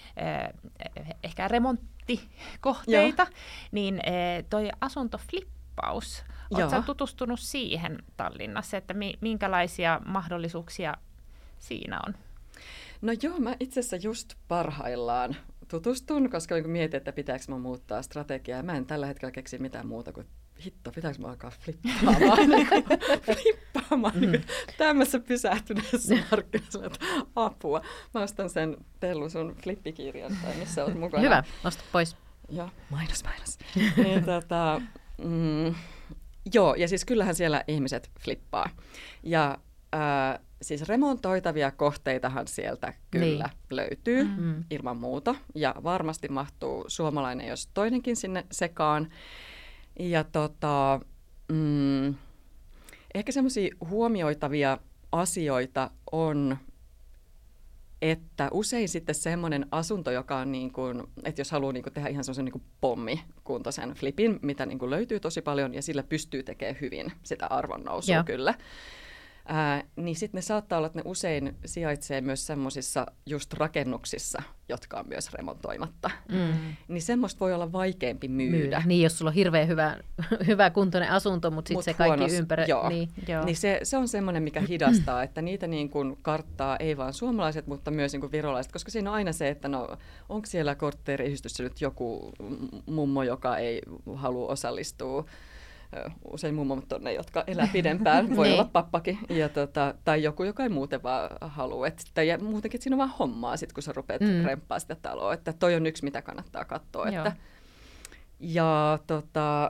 ehkä remonttikohteita, Joo. niin toi asuntoflippaus, oletko tutustunut siihen Tallinnassa, että minkälaisia mahdollisuuksia siinä on? No joo, mä itse asiassa just parhaillaan tutustun, koska mietin, että pitääkö mä muuttaa strategiaa. Mä en tällä hetkellä keksi mitään muuta kuin hitto, pitääkö mä alkaa flippaamaan, niin kuin, flippaamaan mm. niin tämmöisessä pysähtyneessä markkinassa, että apua. Mä ostan sen Tellu sun flippikirjan, tai missä olet mukana. Hyvä, osta pois. Joo, mainos, mainos. niin, tota, mm, joo, ja siis kyllähän siellä ihmiset flippaa. Ja äh, siis remontoitavia kohteitahan sieltä kyllä niin. löytyy mm-hmm. ilman muuta. Ja varmasti mahtuu suomalainen, jos toinenkin sinne sekaan. Ja tota, mm, ehkä semmoisia huomioitavia asioita on, että usein sitten semmoinen asunto, joka on niin kuin, että jos haluaa niin kuin tehdä ihan semmoisen niin kuin pommikuntoisen flipin, mitä niin kuin löytyy tosi paljon ja sillä pystyy tekemään hyvin sitä arvonnousua Joo. kyllä. Ää, niin sitten ne saattaa olla, että ne usein sijaitsee myös semmoisissa just rakennuksissa, jotka on myös remontoimatta. Mm. Niin semmoista voi olla vaikeampi myydä. myydä. Niin, jos sulla on hirveän hyvä, hyvä kuntoinen asunto, mutta sitten Mut se kaikki huonos, ympärillä. Joo, niin, joo. niin se, se on semmoinen, mikä hidastaa, että niitä niin kuin karttaa ei vain suomalaiset, mutta myös niin kuin virolaiset, koska siinä on aina se, että no, onko siellä kortteeriyhdistyssä nyt joku mummo, joka ei halua osallistua. Usein mummot on ne, jotka elää pidempään, voi olla pappakin, ja tota, tai joku, joka ei muuten vaan halua. Et, ja muutenkin siinä on vaan hommaa, sit, kun sä rupeat mm. remppaa sitä taloa. Että toi on yksi, mitä kannattaa katsoa. Että, ja tota,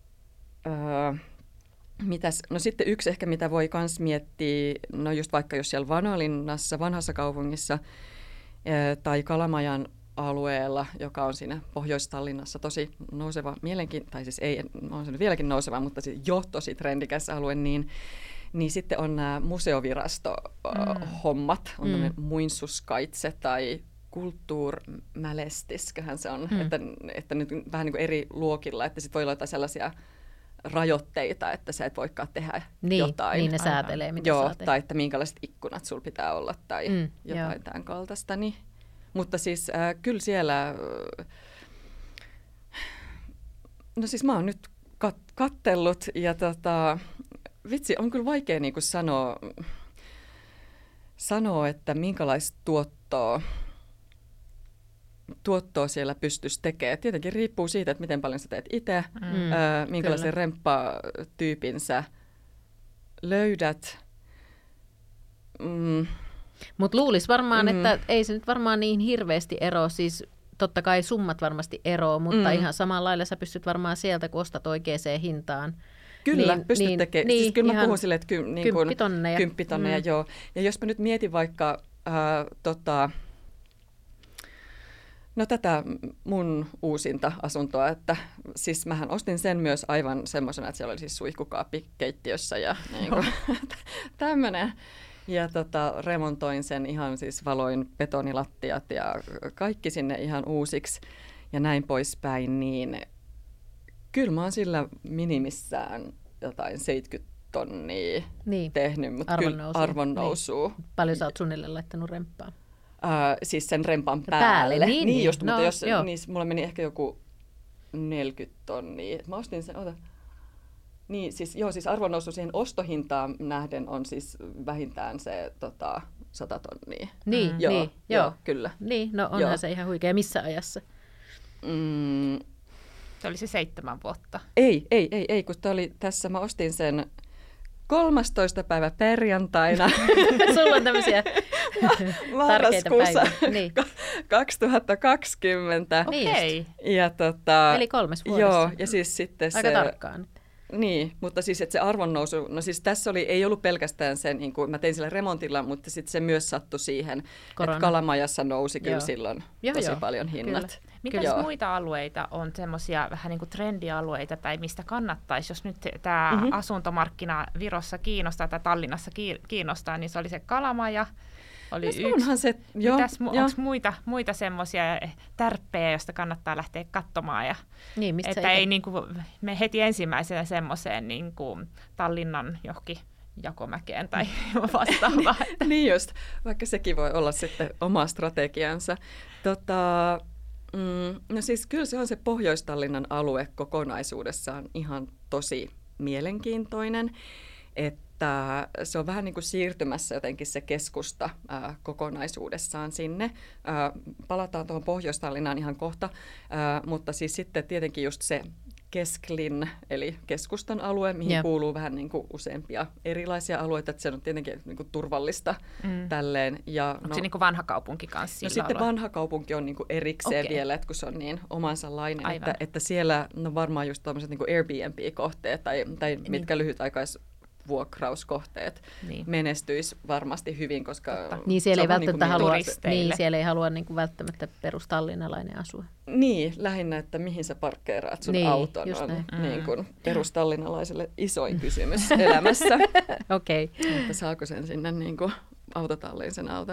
ää, mitäs, no sitten yksi ehkä, mitä voi myös miettiä, no just vaikka jos siellä Vanhalinnassa, vanhassa kaupungissa, ää, tai Kalamajan alueella, joka on siinä Pohjois-Tallinnassa tosi nouseva, mielenkiintoinen, tai siis ei, on se vieläkin nouseva, mutta siis jo tosi trendikäs alue, niin, niin sitten on nämä museovirasto-hommat, mm. on tämmöinen mm. muinsuskaitse tai kulttuurmälestisköhän se on, mm. että, että nyt vähän niin kuin eri luokilla, että sitten voi olla jotain sellaisia rajoitteita, että sä et voikaan tehdä niin, jotain. Niin ne säätelee, mitä Joo, saa tehdä. tai että minkälaiset ikkunat sulla pitää olla tai mm, jotain jo. tämän kaltaista, niin Mutta siis äh, kyllä siellä, äh, no siis mä oon nyt kat- kattellut ja tota, vitsi, on kyllä vaikea niinku sanoa, sanoa, että minkälaista tuottoa, tuottoa siellä pystyisi tekemään. Tietenkin riippuu siitä, että miten paljon sä teet itse, mm, äh, minkälaisen kyllä. remppatyypin sä löydät. Mm. Mutta luulisi varmaan, Mm. että ei se nyt varmaan niin hirveästi ero, siis totta kai summat varmasti eroa, mutta Mm. ihan samalla lailla sä pystyt varmaan sieltä, kun ostat oikeaan hintaan. Kyllä, niin, pystyt niin, tekemään. Niin, siis kyllä mä puhun silleen, että ky, niin kun, kymppitonneja. kymppitonneja, mm. joo. Ja jos mä nyt mietin vaikka äh, tota, no tätä mun uusinta asuntoa, että siis mähän ostin sen myös aivan semmoisena, että siellä oli siis suihkukaappi keittiössä ja niin kuin, tämmöinen. Ja tota, remontoin sen ihan siis valoin betonilattiat ja kaikki sinne ihan uusiksi ja näin poispäin, niin kyllä mä oon sillä minimissään jotain seitsemänkymmentä tonnia niin. tehnyt, mutta kyllä arvonnousua. Niin. Paljon sä oot suunnilleen laittanut remppaa? Uh, siis sen rempan päälle. päälle. Niin, niin just, no, mutta jos, joo. niin, mulla meni ehkä joku neljäkymmentä tonnia. Mä ostin sen, ota. Niin, siis, joo, siis arvonnousu siihen ostohintaan nähden on siis vähintään se tota, sata tonnia. Niin, joo, niin, joo, joo. kyllä. Niin, no onhan joo. se ihan huikea. Missä ajassa? Mm. Se oli se seitsemän vuotta. Ei, ei, ei, ei, kun oli tässä, mä ostin sen kolmastoista päivä perjantaina. Sulla on tämmöisiä marraskuussa niin. kaksituhattakaksikymmentä. Okei. Okay. Ja tota, eli kolmes vuodessa. Joo, ja siis sitten aika se... tarkkaan. Niin, mutta siis että se arvonnousu, no siis tässä oli, ei ollut pelkästään sen, niin kuin mä tein sillä remontilla, mutta sitten se myös sattui siihen, Korona. että Kalamajassa nousi kyllä joo. silloin joo, tosi joo. paljon hinnat. Mitäs joo. muita alueita on semmoisia vähän niin kuin trendialueita tai mistä kannattaisi, jos nyt tämä mm-hmm. asuntomarkkina Virossa kiinnostaa tai Tallinnassa kiinnostaa, niin se oli se Kalamaja. Oli no, yksi. Onhan se, joo, onko muita, muita semmoisia tärppejä, joista kannattaa lähteä katsomaan? Ja, niin, mistä että ei niin kuin, me heti ensimmäisenä semmoiseen niin kuin Tallinnan johonkin Jakomäkeen tai vastaavaa. Niin just, vaikka sekin voi olla sitten oma strategiansa. Tota, mm, no siis kyllä se on se Pohjois-Tallinnan alue kokonaisuudessaan ihan tosi mielenkiintoinen, että se on vähän niin kuin siirtymässä jotenkin se keskusta ää, kokonaisuudessaan sinne. Ää, palataan tuohon Pohjois-Tallinnaan ihan kohta, ää, mutta siis sitten tietenkin just se Kesklin, eli keskustan alue, mihin yeah. kuuluu vähän niin kuin useampia erilaisia alueita, että se on tietenkin niin kuin turvallista mm. tälleen. Ja, onko no, se niin kuin vanha kaupunki kanssa? No sitten vanha kaupunki on niin kuin erikseen okay. vielä, että kun se on niin omansa-lainen, että, että siellä no varmaan just tämmöiset niin kuin Airbnb-kohteet tai, tai niin. mitkä lyhytaikais vuokrauskohteet niin. menestyisi varmasti hyvin, koska niin siellä ei välttämättä niin halua, niin siellä ei halua niin kuin välttämättä perustallinnalainen asua. Niin, lähinnä, että mihin sä parkkeeraat sun niin, auton on mm. niin kuin perustallinnalaiselle isoin kysymys elämässä. Okei. Okay. Että saako sen sinne niin kuin autotalliin sen auton.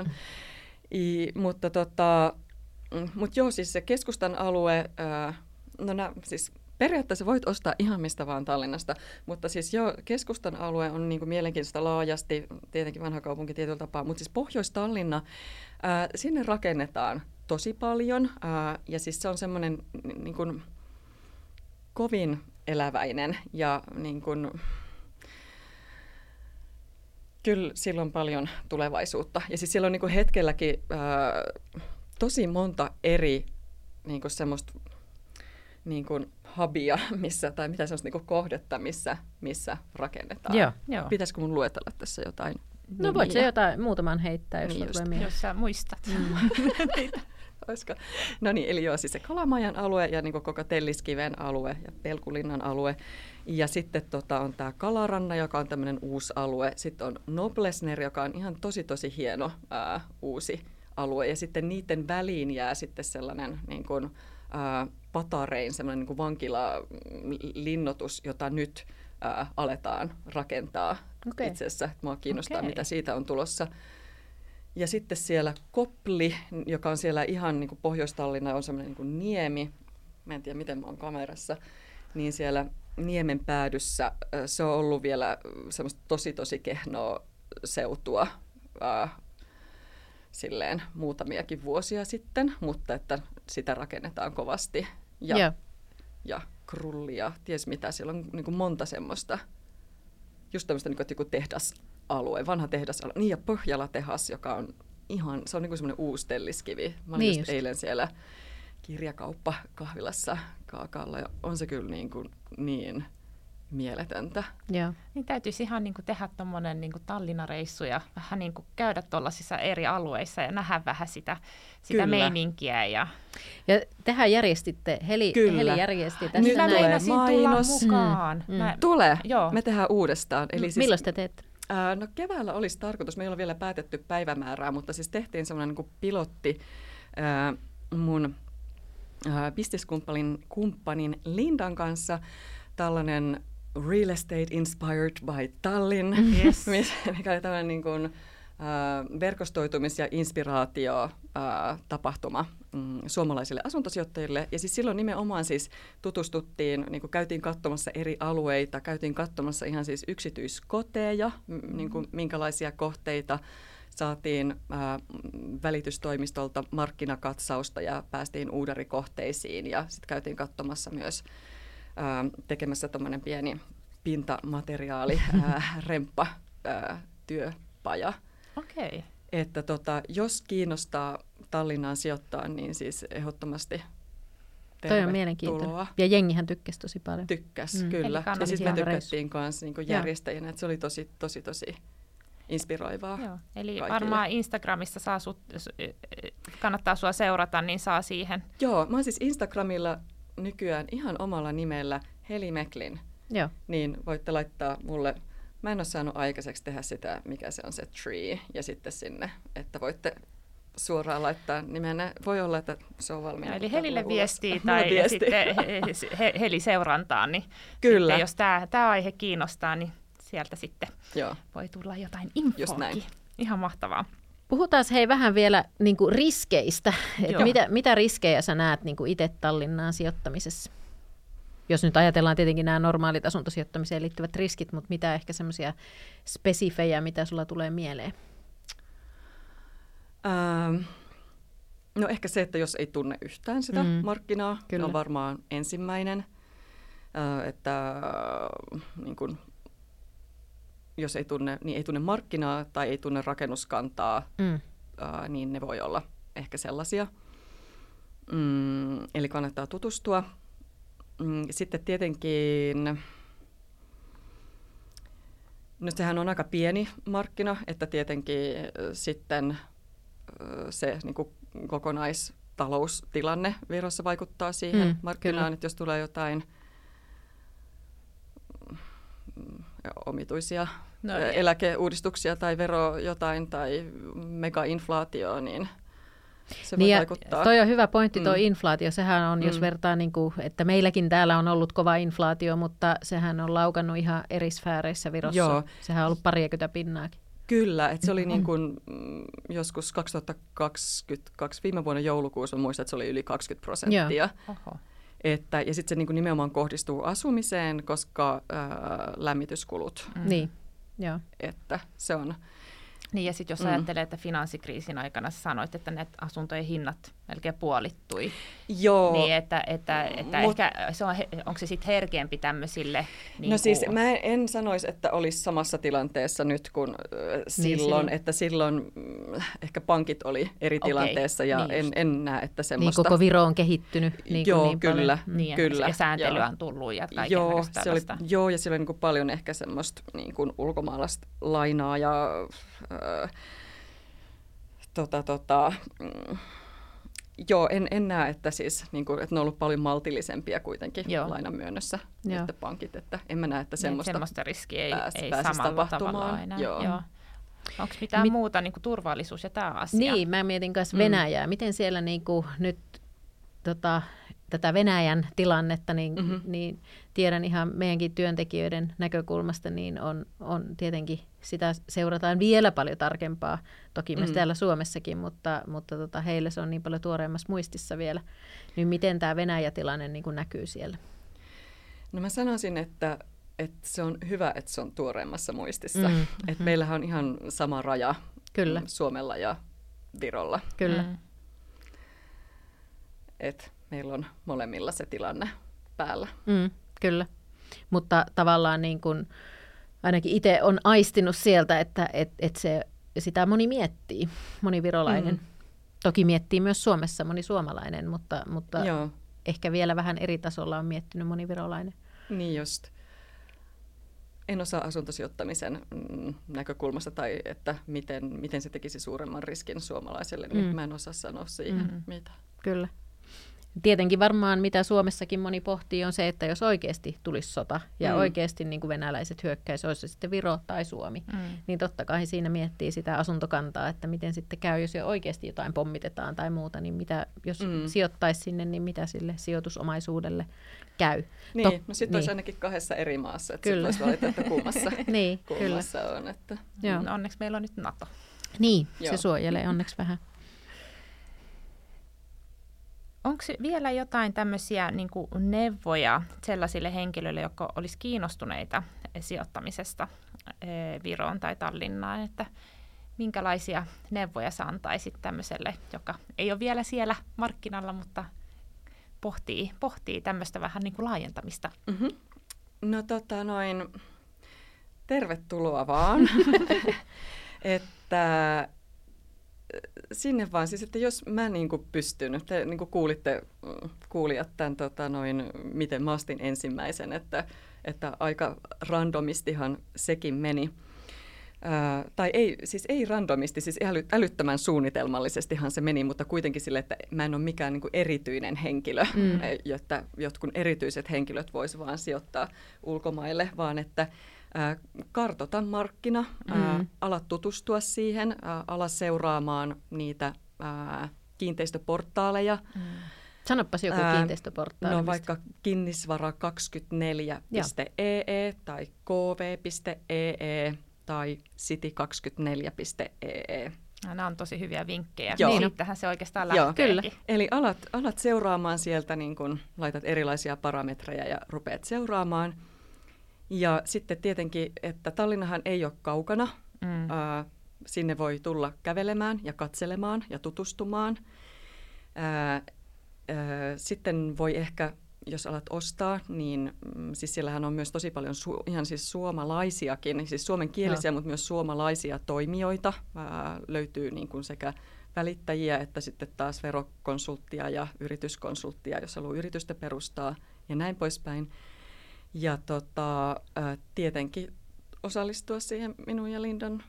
I, mutta tota, mut joo, siis se keskustan alue, ää, no nä, siis periaatteessa voit ostaa ihan mistä vaan Tallinnasta, mutta siis joo, keskustan alue on niin kuin mielenkiintoista laajasti, tietenkin vanha kaupunki tietyllä tapaa, mutta siis Pohjois-Tallinna, ää, sinne rakennetaan tosi paljon ää, ja siis se on semmoinen niin kuin kovin eläväinen ja niin kuin, kyllä sillä on paljon tulevaisuutta. Ja siis siellä on niin kuin hetkelläkin ää, tosi monta eri niin kuin semmoista niin kuin hubia, missä, tai mitä semmoista niin kuin kohdetta, missä, missä rakennetaan. Joo, joo. Pitäisikö mun luetella tässä jotain? No voit se jotain muutaman heittää, jos niin tulee jos sä muistat. Mm. Olisiko? No niin, eli joo, siis se Kalamajan alue ja niin kuin koko Telliskiven alue ja Pelkulinnan alue. Ja sitten tota, on tämä Kalaranna, joka on tämmöinen uusi alue. Sitten on Noblesner, joka on ihan tosi tosi hieno ää, uusi alue. Ja sitten niiden väliin jää sitten sellainen niin kuin, ää, Patarein, semmoinen niin kuin vankilalinnoitus, jota nyt ää, aletaan rakentaa. Okay. Itse asiassa mua kiinnostaa, okay. mitä siitä on tulossa. Ja sitten siellä Kopli, joka on siellä ihan niin kuin Pohjois-Tallinna, on semmoinen niin kuin niemi. Mä en tiedä, miten mä oon kamerassa. Niin siellä niemen päädyssä se on ollut vielä semmoista tosi tosi kehnoa seutua. silleen muutamiakin vuosia sitten, mutta että sitä rakennetaan kovasti. Ja, Joo. ja krullia, ties mitä, siellä on niin kuin monta semmoista, just tämmöistä niin kuin, joku tehdasalue, vanha tehdasalue, niin ja Pohjala-tehas, joka on ihan, se on niin kuin semmoinen uusi telliskivi. Mä olin Niin just just. eilen siellä kirjakauppa-kahvilassa Kaakaalla, ja on se kyllä niin, kuin niin mieletöntä. Joo. Niin täytyisi ihan niin kuin tehdä tuommoinen niin kuin Tallinna-reissu ja vähän niin kuin käydä tuollaisissa eri alueissa ja nähdä vähän sitä, sitä Kyllä. meininkiä. Ja Ja tehän järjestitte, Heli, Kyllä. Heli järjesti tässä Nyt Mä näin. tulee meinasin tulla mainos. mukaan. Mm, mm. Mä, Tulee, Joo. me tehdään uudestaan. Eli siis, Milloin te teette? ää, no keväällä olisi tarkoitus, me ei ole vielä päätetty päivämäärää, mutta siis tehtiin semmoinen niin kuin pilotti ää, mun ää, bisneskumppanin kumppanin Lindan kanssa, tällainen Real Estate Inspired by Tallinn, Yes. mikä oli tämmöinen niin kuin, ää, verkostoitumis- ja inspiraatio-tapahtuma mm, suomalaisille asuntosijoittajille. Ja siis silloin nimenomaan siis tutustuttiin, niin kuin käytiin katsomassa eri alueita, käytiin katsomassa ihan siis yksityiskoteja, m- niin kuin minkälaisia kohteita, saatiin ää, välitystoimistolta markkinakatsausta ja päästiin uudarikohteisiin ja sitten käytiin katsomassa myös ää, tekemässä tuommoinen pieni pintamateriaali, ää, remppa, ää, työpaja. Okei. Että tota, jos kiinnostaa Tallinnaan sijoittaa, niin siis ehdottomasti Toi on mielenkiintoinen. tervetuloa. Ja jengihän tykkäsi tosi paljon. Tykkäs, Mm. kyllä. Eli Ja kannattaa siis me ihan tykättiin kanssa niin kuin järjestäjinä, että se oli tosi, tosi, tosi inspiroivaa. Joo. Eli kaikille. varmaan Instagramissa saa sut, kannattaa sua seurata, niin saa siihen. Joo, mä oon siis Instagramilla nykyään ihan omalla nimellä Heli Meklin, Joo. niin voitte laittaa mulle, mä en ole saanut aikaiseksi tehdä sitä, mikä se on se tree, ja sitten sinne, että voitte suoraan laittaa nimenne. Voi olla, että se on valmiina. Eli Helille ulos. viestiä Mulle tai viesti. sitten he- he- Heli seurantaan, niin Kyllä. sitten, jos tämä aihe kiinnostaa, niin sieltä sitten Joo. voi tulla jotain Just näin. infoakin. Ihan mahtavaa. Puhutaan hei vähän vielä niin kuin riskeistä. Et Joo. mitä, mitä riskejä sä näet niin kuin itse Tallinnaan sijoittamisessa? Jos nyt ajatellaan tietenkin nämä normaalit asuntosijoittamiseen liittyvät riskit, mutta mitä ehkä semmoisia spesifejä, mitä sulla tulee mieleen? Ähm, no ehkä se, että jos ei tunne yhtään sitä Mm, markkinaa, kyllä. on varmaan ensimmäinen. Äh, että äh, niin kun, jos ei tunne, niin ei tunne markkinaa tai ei tunne rakennuskantaa, Mm. äh, niin ne voi olla ehkä sellaisia. Mm, eli kannattaa tutustua. Mm, sitten tietenkin, no sehän on aika pieni markkina, että tietenkin äh, sitten äh, se niin kuin kokonaistaloustilanne Virossa vaikuttaa siihen Mm, markkinaan, kyllä. että jos tulee jotain mm, omituisia No, no, eläkeuudistuksia tai vero jotain tai megainflaatio, niin se voi Niin ja vaikuttaa. toi on hyvä pointti, tuo Mm. inflaatio. Sehän on, jos Mm. vertaa, niin kuin, että meilläkin täällä on ollut kova inflaatio, mutta sehän on laukannut ihan eri sfääreissä Virossa. Joo. Sehän on ollut parikymmentä pinnaakin. Kyllä, että se oli niin kuin, mm, joskus kaksituhattakaksikymmentäkaksi, viime vuonna joulukuussa, muistan, että se oli yli kaksikymmentä prosenttia. Oho. Että, ja sitten se niin kuin nimenomaan kohdistuu asumiseen, koska ää, lämmityskulut, Mm. Niin, joo. että se on. Niin ja sitten jos Mm. ajattelee, että finanssikriisin aikana sä sanoit, että ne asuntojen hinnat melkein puolittui, Joo. niin että, että, että Mut- ehkä se on, he- onko se sitten herkeämpi tämmöisille? Niin No siis kuin- mä en, en sanoisi, että olisi samassa tilanteessa nyt kuin äh, silloin, silloin. että silloin mm, ehkä pankit oli eri Okei, tilanteessa ja niin en, just. en näe, että Niin semmoista. koko Viro on kehittynyt niin kuin Joo, niin kyllä. paljon. Niin, Kyllä, ja sääntelyä joo. on tullut ja kaiken Joo, näköistä se oli, tällaista. joo, ja siellä oli niin kuin paljon ehkä semmoista niin kuin ulkomaalaista lainaa ja äh, tota, tota, mm, joo, en, en näe, että, siis, niin kuin, että ne on ollut paljon maltillisempia kuitenkin Joo. lainan myönnössä, Joo. että pankit, että en mä näe, että Niin, semmoista, semmoista riskiä ei, pääs- ei pääsisi samalla tapahtumaan. tavalla enää. Joo. Joo. Onko mitään Mit- muuta niin kuin turvallisuus ja tämä asia? Niin, mä mietin myös Mm. Venäjää. Miten siellä niin kuin nyt tota, tätä Venäjän tilannetta, niin, Mhm. niin tiedän ihan meidänkin työntekijöiden näkökulmasta, niin on, on tietenkin sitä seurataan vielä paljon tarkempaa, toki myös Mm. täällä Suomessakin, mutta, mutta tota, heille se on niin paljon tuoreemmassa muistissa vielä. Niin miten tämä Venäjä-tilanne niin kuin näkyy siellä? No mä sanoisin, että, että se on hyvä, että se on tuoreemmassa muistissa. Mm, Että mhm. meillähän on ihan sama raja Kyllä. mm, Suomella ja Virolla. Kyllä. Mm. Et meillä on molemmilla se tilanne päällä. Mm, kyllä, mutta tavallaan niin kuin, ainakin itse on aistinut sieltä, että et, et se, sitä moni miettii, moni virolainen. Mm. Toki miettii myös Suomessa moni suomalainen, mutta, mutta ehkä vielä vähän eri tasolla on miettinyt moni virolainen. Niin just. En osaa asuntosijoittamisen mm, näkökulmasta tai että miten, miten se tekisi suuremman riskin suomalaiselle, niin mm. mä en osaa sanoa siihen mm. mitä. Kyllä. Tietenkin varmaan, mitä Suomessakin moni pohtii, on se, että jos oikeasti tulisi sota ja mm. oikeasti niin kuin venäläiset hyökkäisi, olisi se sitten Viro tai Suomi, mm. niin totta kai siinä miettii sitä asuntokantaa, että miten sitten käy, jos jo oikeasti jotain pommitetaan tai muuta, niin mitä, jos mm. sijoittaisi sinne, niin mitä sille sijoitusomaisuudelle käy. Niin, Tot, no sitten niin. olisi ainakin kahdessa eri maassa, että sitten voisi valita, että kummassa, niin, kummassa on. Että. Joo. No, onneksi meillä on nyt NATO. Niin, Joo. se suojelee onneksi vähän. Onko vielä jotain tämmöisiä niin kuin neuvoja sellaisille henkilöille, jotka olisi kiinnostuneita sijoittamisesta Viroon tai Tallinnaan, että minkälaisia neuvoja sä antaisit tämmöiselle, joka ei ole vielä siellä markkinalla, mutta pohtii, pohtii tämmöistä vähän niin kuin laajentamista? Mm-hmm. No tota noin, tervetuloa vaan, että sinne vaan, siis että jos mä niinku pystyn, te niinku kuulitte, kuulijat tämän, tota noin, miten mä ostin ensimmäisen, että, että aika randomistihan sekin meni. Ää, tai ei, siis ei randomisti, siis äly, älyttömän suunnitelmallisestihan se meni, mutta kuitenkin sille, että mä en ole mikään niinku erityinen henkilö, mm. jotta jotkut erityiset henkilöt vois vaan sijoittaa ulkomaille, vaan että Ää, kartoita markkina, ää, mm. ala tutustua siihen, ää, ala seuraamaan niitä ää, kiinteistöportaaleja. Mm. Sanopas joku ää, kiinteistöportaali. No vaikka kinnisvara kaksikymmentäneljä piste e e tai k v piste e e tai city kaksikymmentäneljä piste e e. No, nämä on tosi hyviä vinkkejä. Joo. Niin, siitähän se oikeastaan lähteekin. Eli alat, alat seuraamaan sieltä, niin kun laitat erilaisia parametreja ja rupeat seuraamaan. Ja sitten tietenkin, että Tallinnahan ei ole kaukana. Mm. Ää, sinne voi tulla kävelemään ja katselemaan ja tutustumaan. Ää, ää, sitten voi ehkä, jos alat ostaa, niin mm, siis siellähän on myös tosi paljon su- ihan siis suomalaisiakin, siis suomenkielisiä, no. mutta myös suomalaisia toimijoita. Ää, löytyy niin kuin sekä välittäjiä että sitten taas verokonsulttia ja yrityskonsulttia, jos haluaa yritystä perustaa ja näin poispäin. Ja tota, ää, tietenkin osallistua siihen minun ja Lindan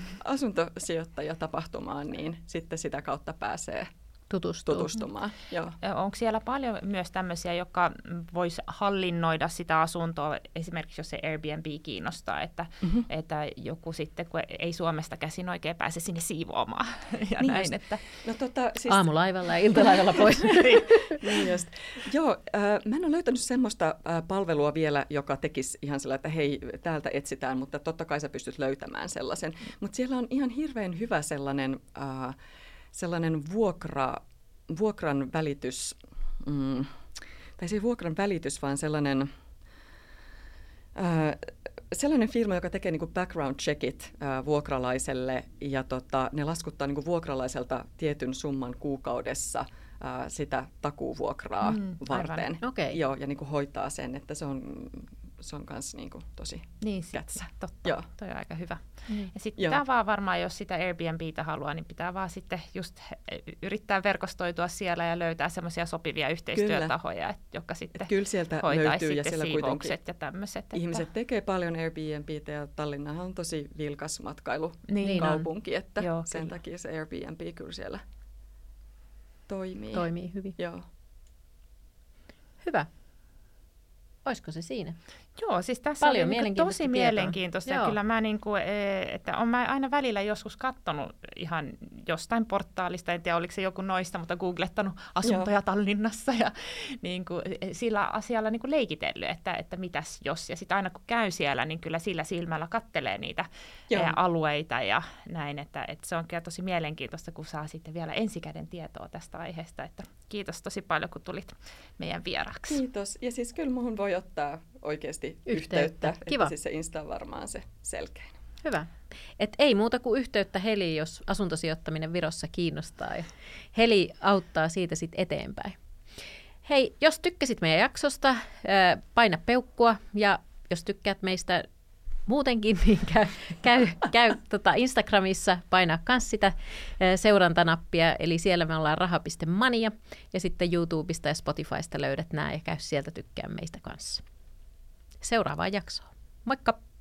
asuntosijoittajatapahtumaan, niin sitten sitä kautta pääsee Tutustuu. tutustumaan. Joo. Onko siellä paljon myös tämmöisiä, jotka vois hallinnoida sitä asuntoa, esimerkiksi jos se Airbnb kiinnostaa, että, mm-hmm. että joku sitten, kun ei Suomesta käsin oikein pääse sinne siivoamaan. Ja niin näin, että... no, tota, siis... Aamulaivalla ja iltalaivalla pois. niin just. Joo, äh, mä en ole löytänyt semmoista äh, palvelua vielä, joka tekisi ihan sellainen, että hei, täältä etsitään, mutta totta kai sä pystyt löytämään sellaisen. Mutta siellä on ihan hirveän hyvä sellainen... Äh, sellainen vuokra, vuokran välitys, mm, tai se ei vuokran välitys, vaan sellainen, ää, sellainen firma, joka tekee niinku background checkit ää, vuokralaiselle, ja tota, ne laskuttaa niinku vuokralaiselta tietyn summan kuukaudessa ää, sitä takuuvuokraa mm, varten. Okay. Joo, ja niinku hoitaa sen, että se on... Se on myös niinku tosi niin, kätsä. Totta, Joo. toi on aika hyvä. Mm. Ja sitten Joo. pitää vaan varmaan, jos sitä Airbnbtä haluaa, niin pitää vaan sitten just yrittää verkostoitua siellä ja löytää semmoisia sopivia yhteistyötahoja, et, jotka sitten kyllä sieltä hoitaisi löytyy, sitten ja siivoukset ja tämmöiset. Ihmiset että... tekee paljon Airbnbtä ja Tallinnahan on tosi vilkas matkailukaupunki, niin että Joo, sen kyllä. takia se Airbnb kyllä siellä toimii. Toimii hyvin. Joo. Hyvä. Olisiko se siinä? Joo, siis tässä Paljon on niin tosi tietoa. mielenkiintoista. Ja Joo. kyllä mä, niin kuin, että olen mä aina välillä joskus katsonut ihan jostain portaalista, en tiedä oliko se joku noista, mutta googlettanut asuntoja Joo. Tallinnassa ja niin kuin, sillä asialla niin kuin leikitellyt, että, että mitäs jos. Ja sitten aina kun käy siellä, niin kyllä sillä silmällä kattelee niitä Joo. alueita ja näin, että, että se on kyllä tosi mielenkiintoista, kun saa sitten vielä ensikäden tietoa tästä aiheesta. Että kiitos tosi paljon, kun tulit meidän vieraaksi. Kiitos. Ja siis kyllä muhun voi ottaa oikeasti yhteyttä. yhteyttä. Kiva. Että siis se Insta on varmaan se selkein. Hyvä. Et ei muuta kuin yhteyttä Heliin, jos asuntosijoittaminen Virossa kiinnostaa. Ja Heli auttaa siitä sitten eteenpäin. Hei, jos tykkäsit meidän jaksosta, paina peukkua, ja jos tykkäät meistä muutenkin, niin käy, käy, käy tota Instagramissa, painaa myös sitä seurantanappia, eli siellä me ollaan raha piste mania, ja sitten YouTubesta ja Spotifysta löydät nämä, ja käy sieltä tykkää meistä kanssa. Seuraavaan jaksoon. Moikka!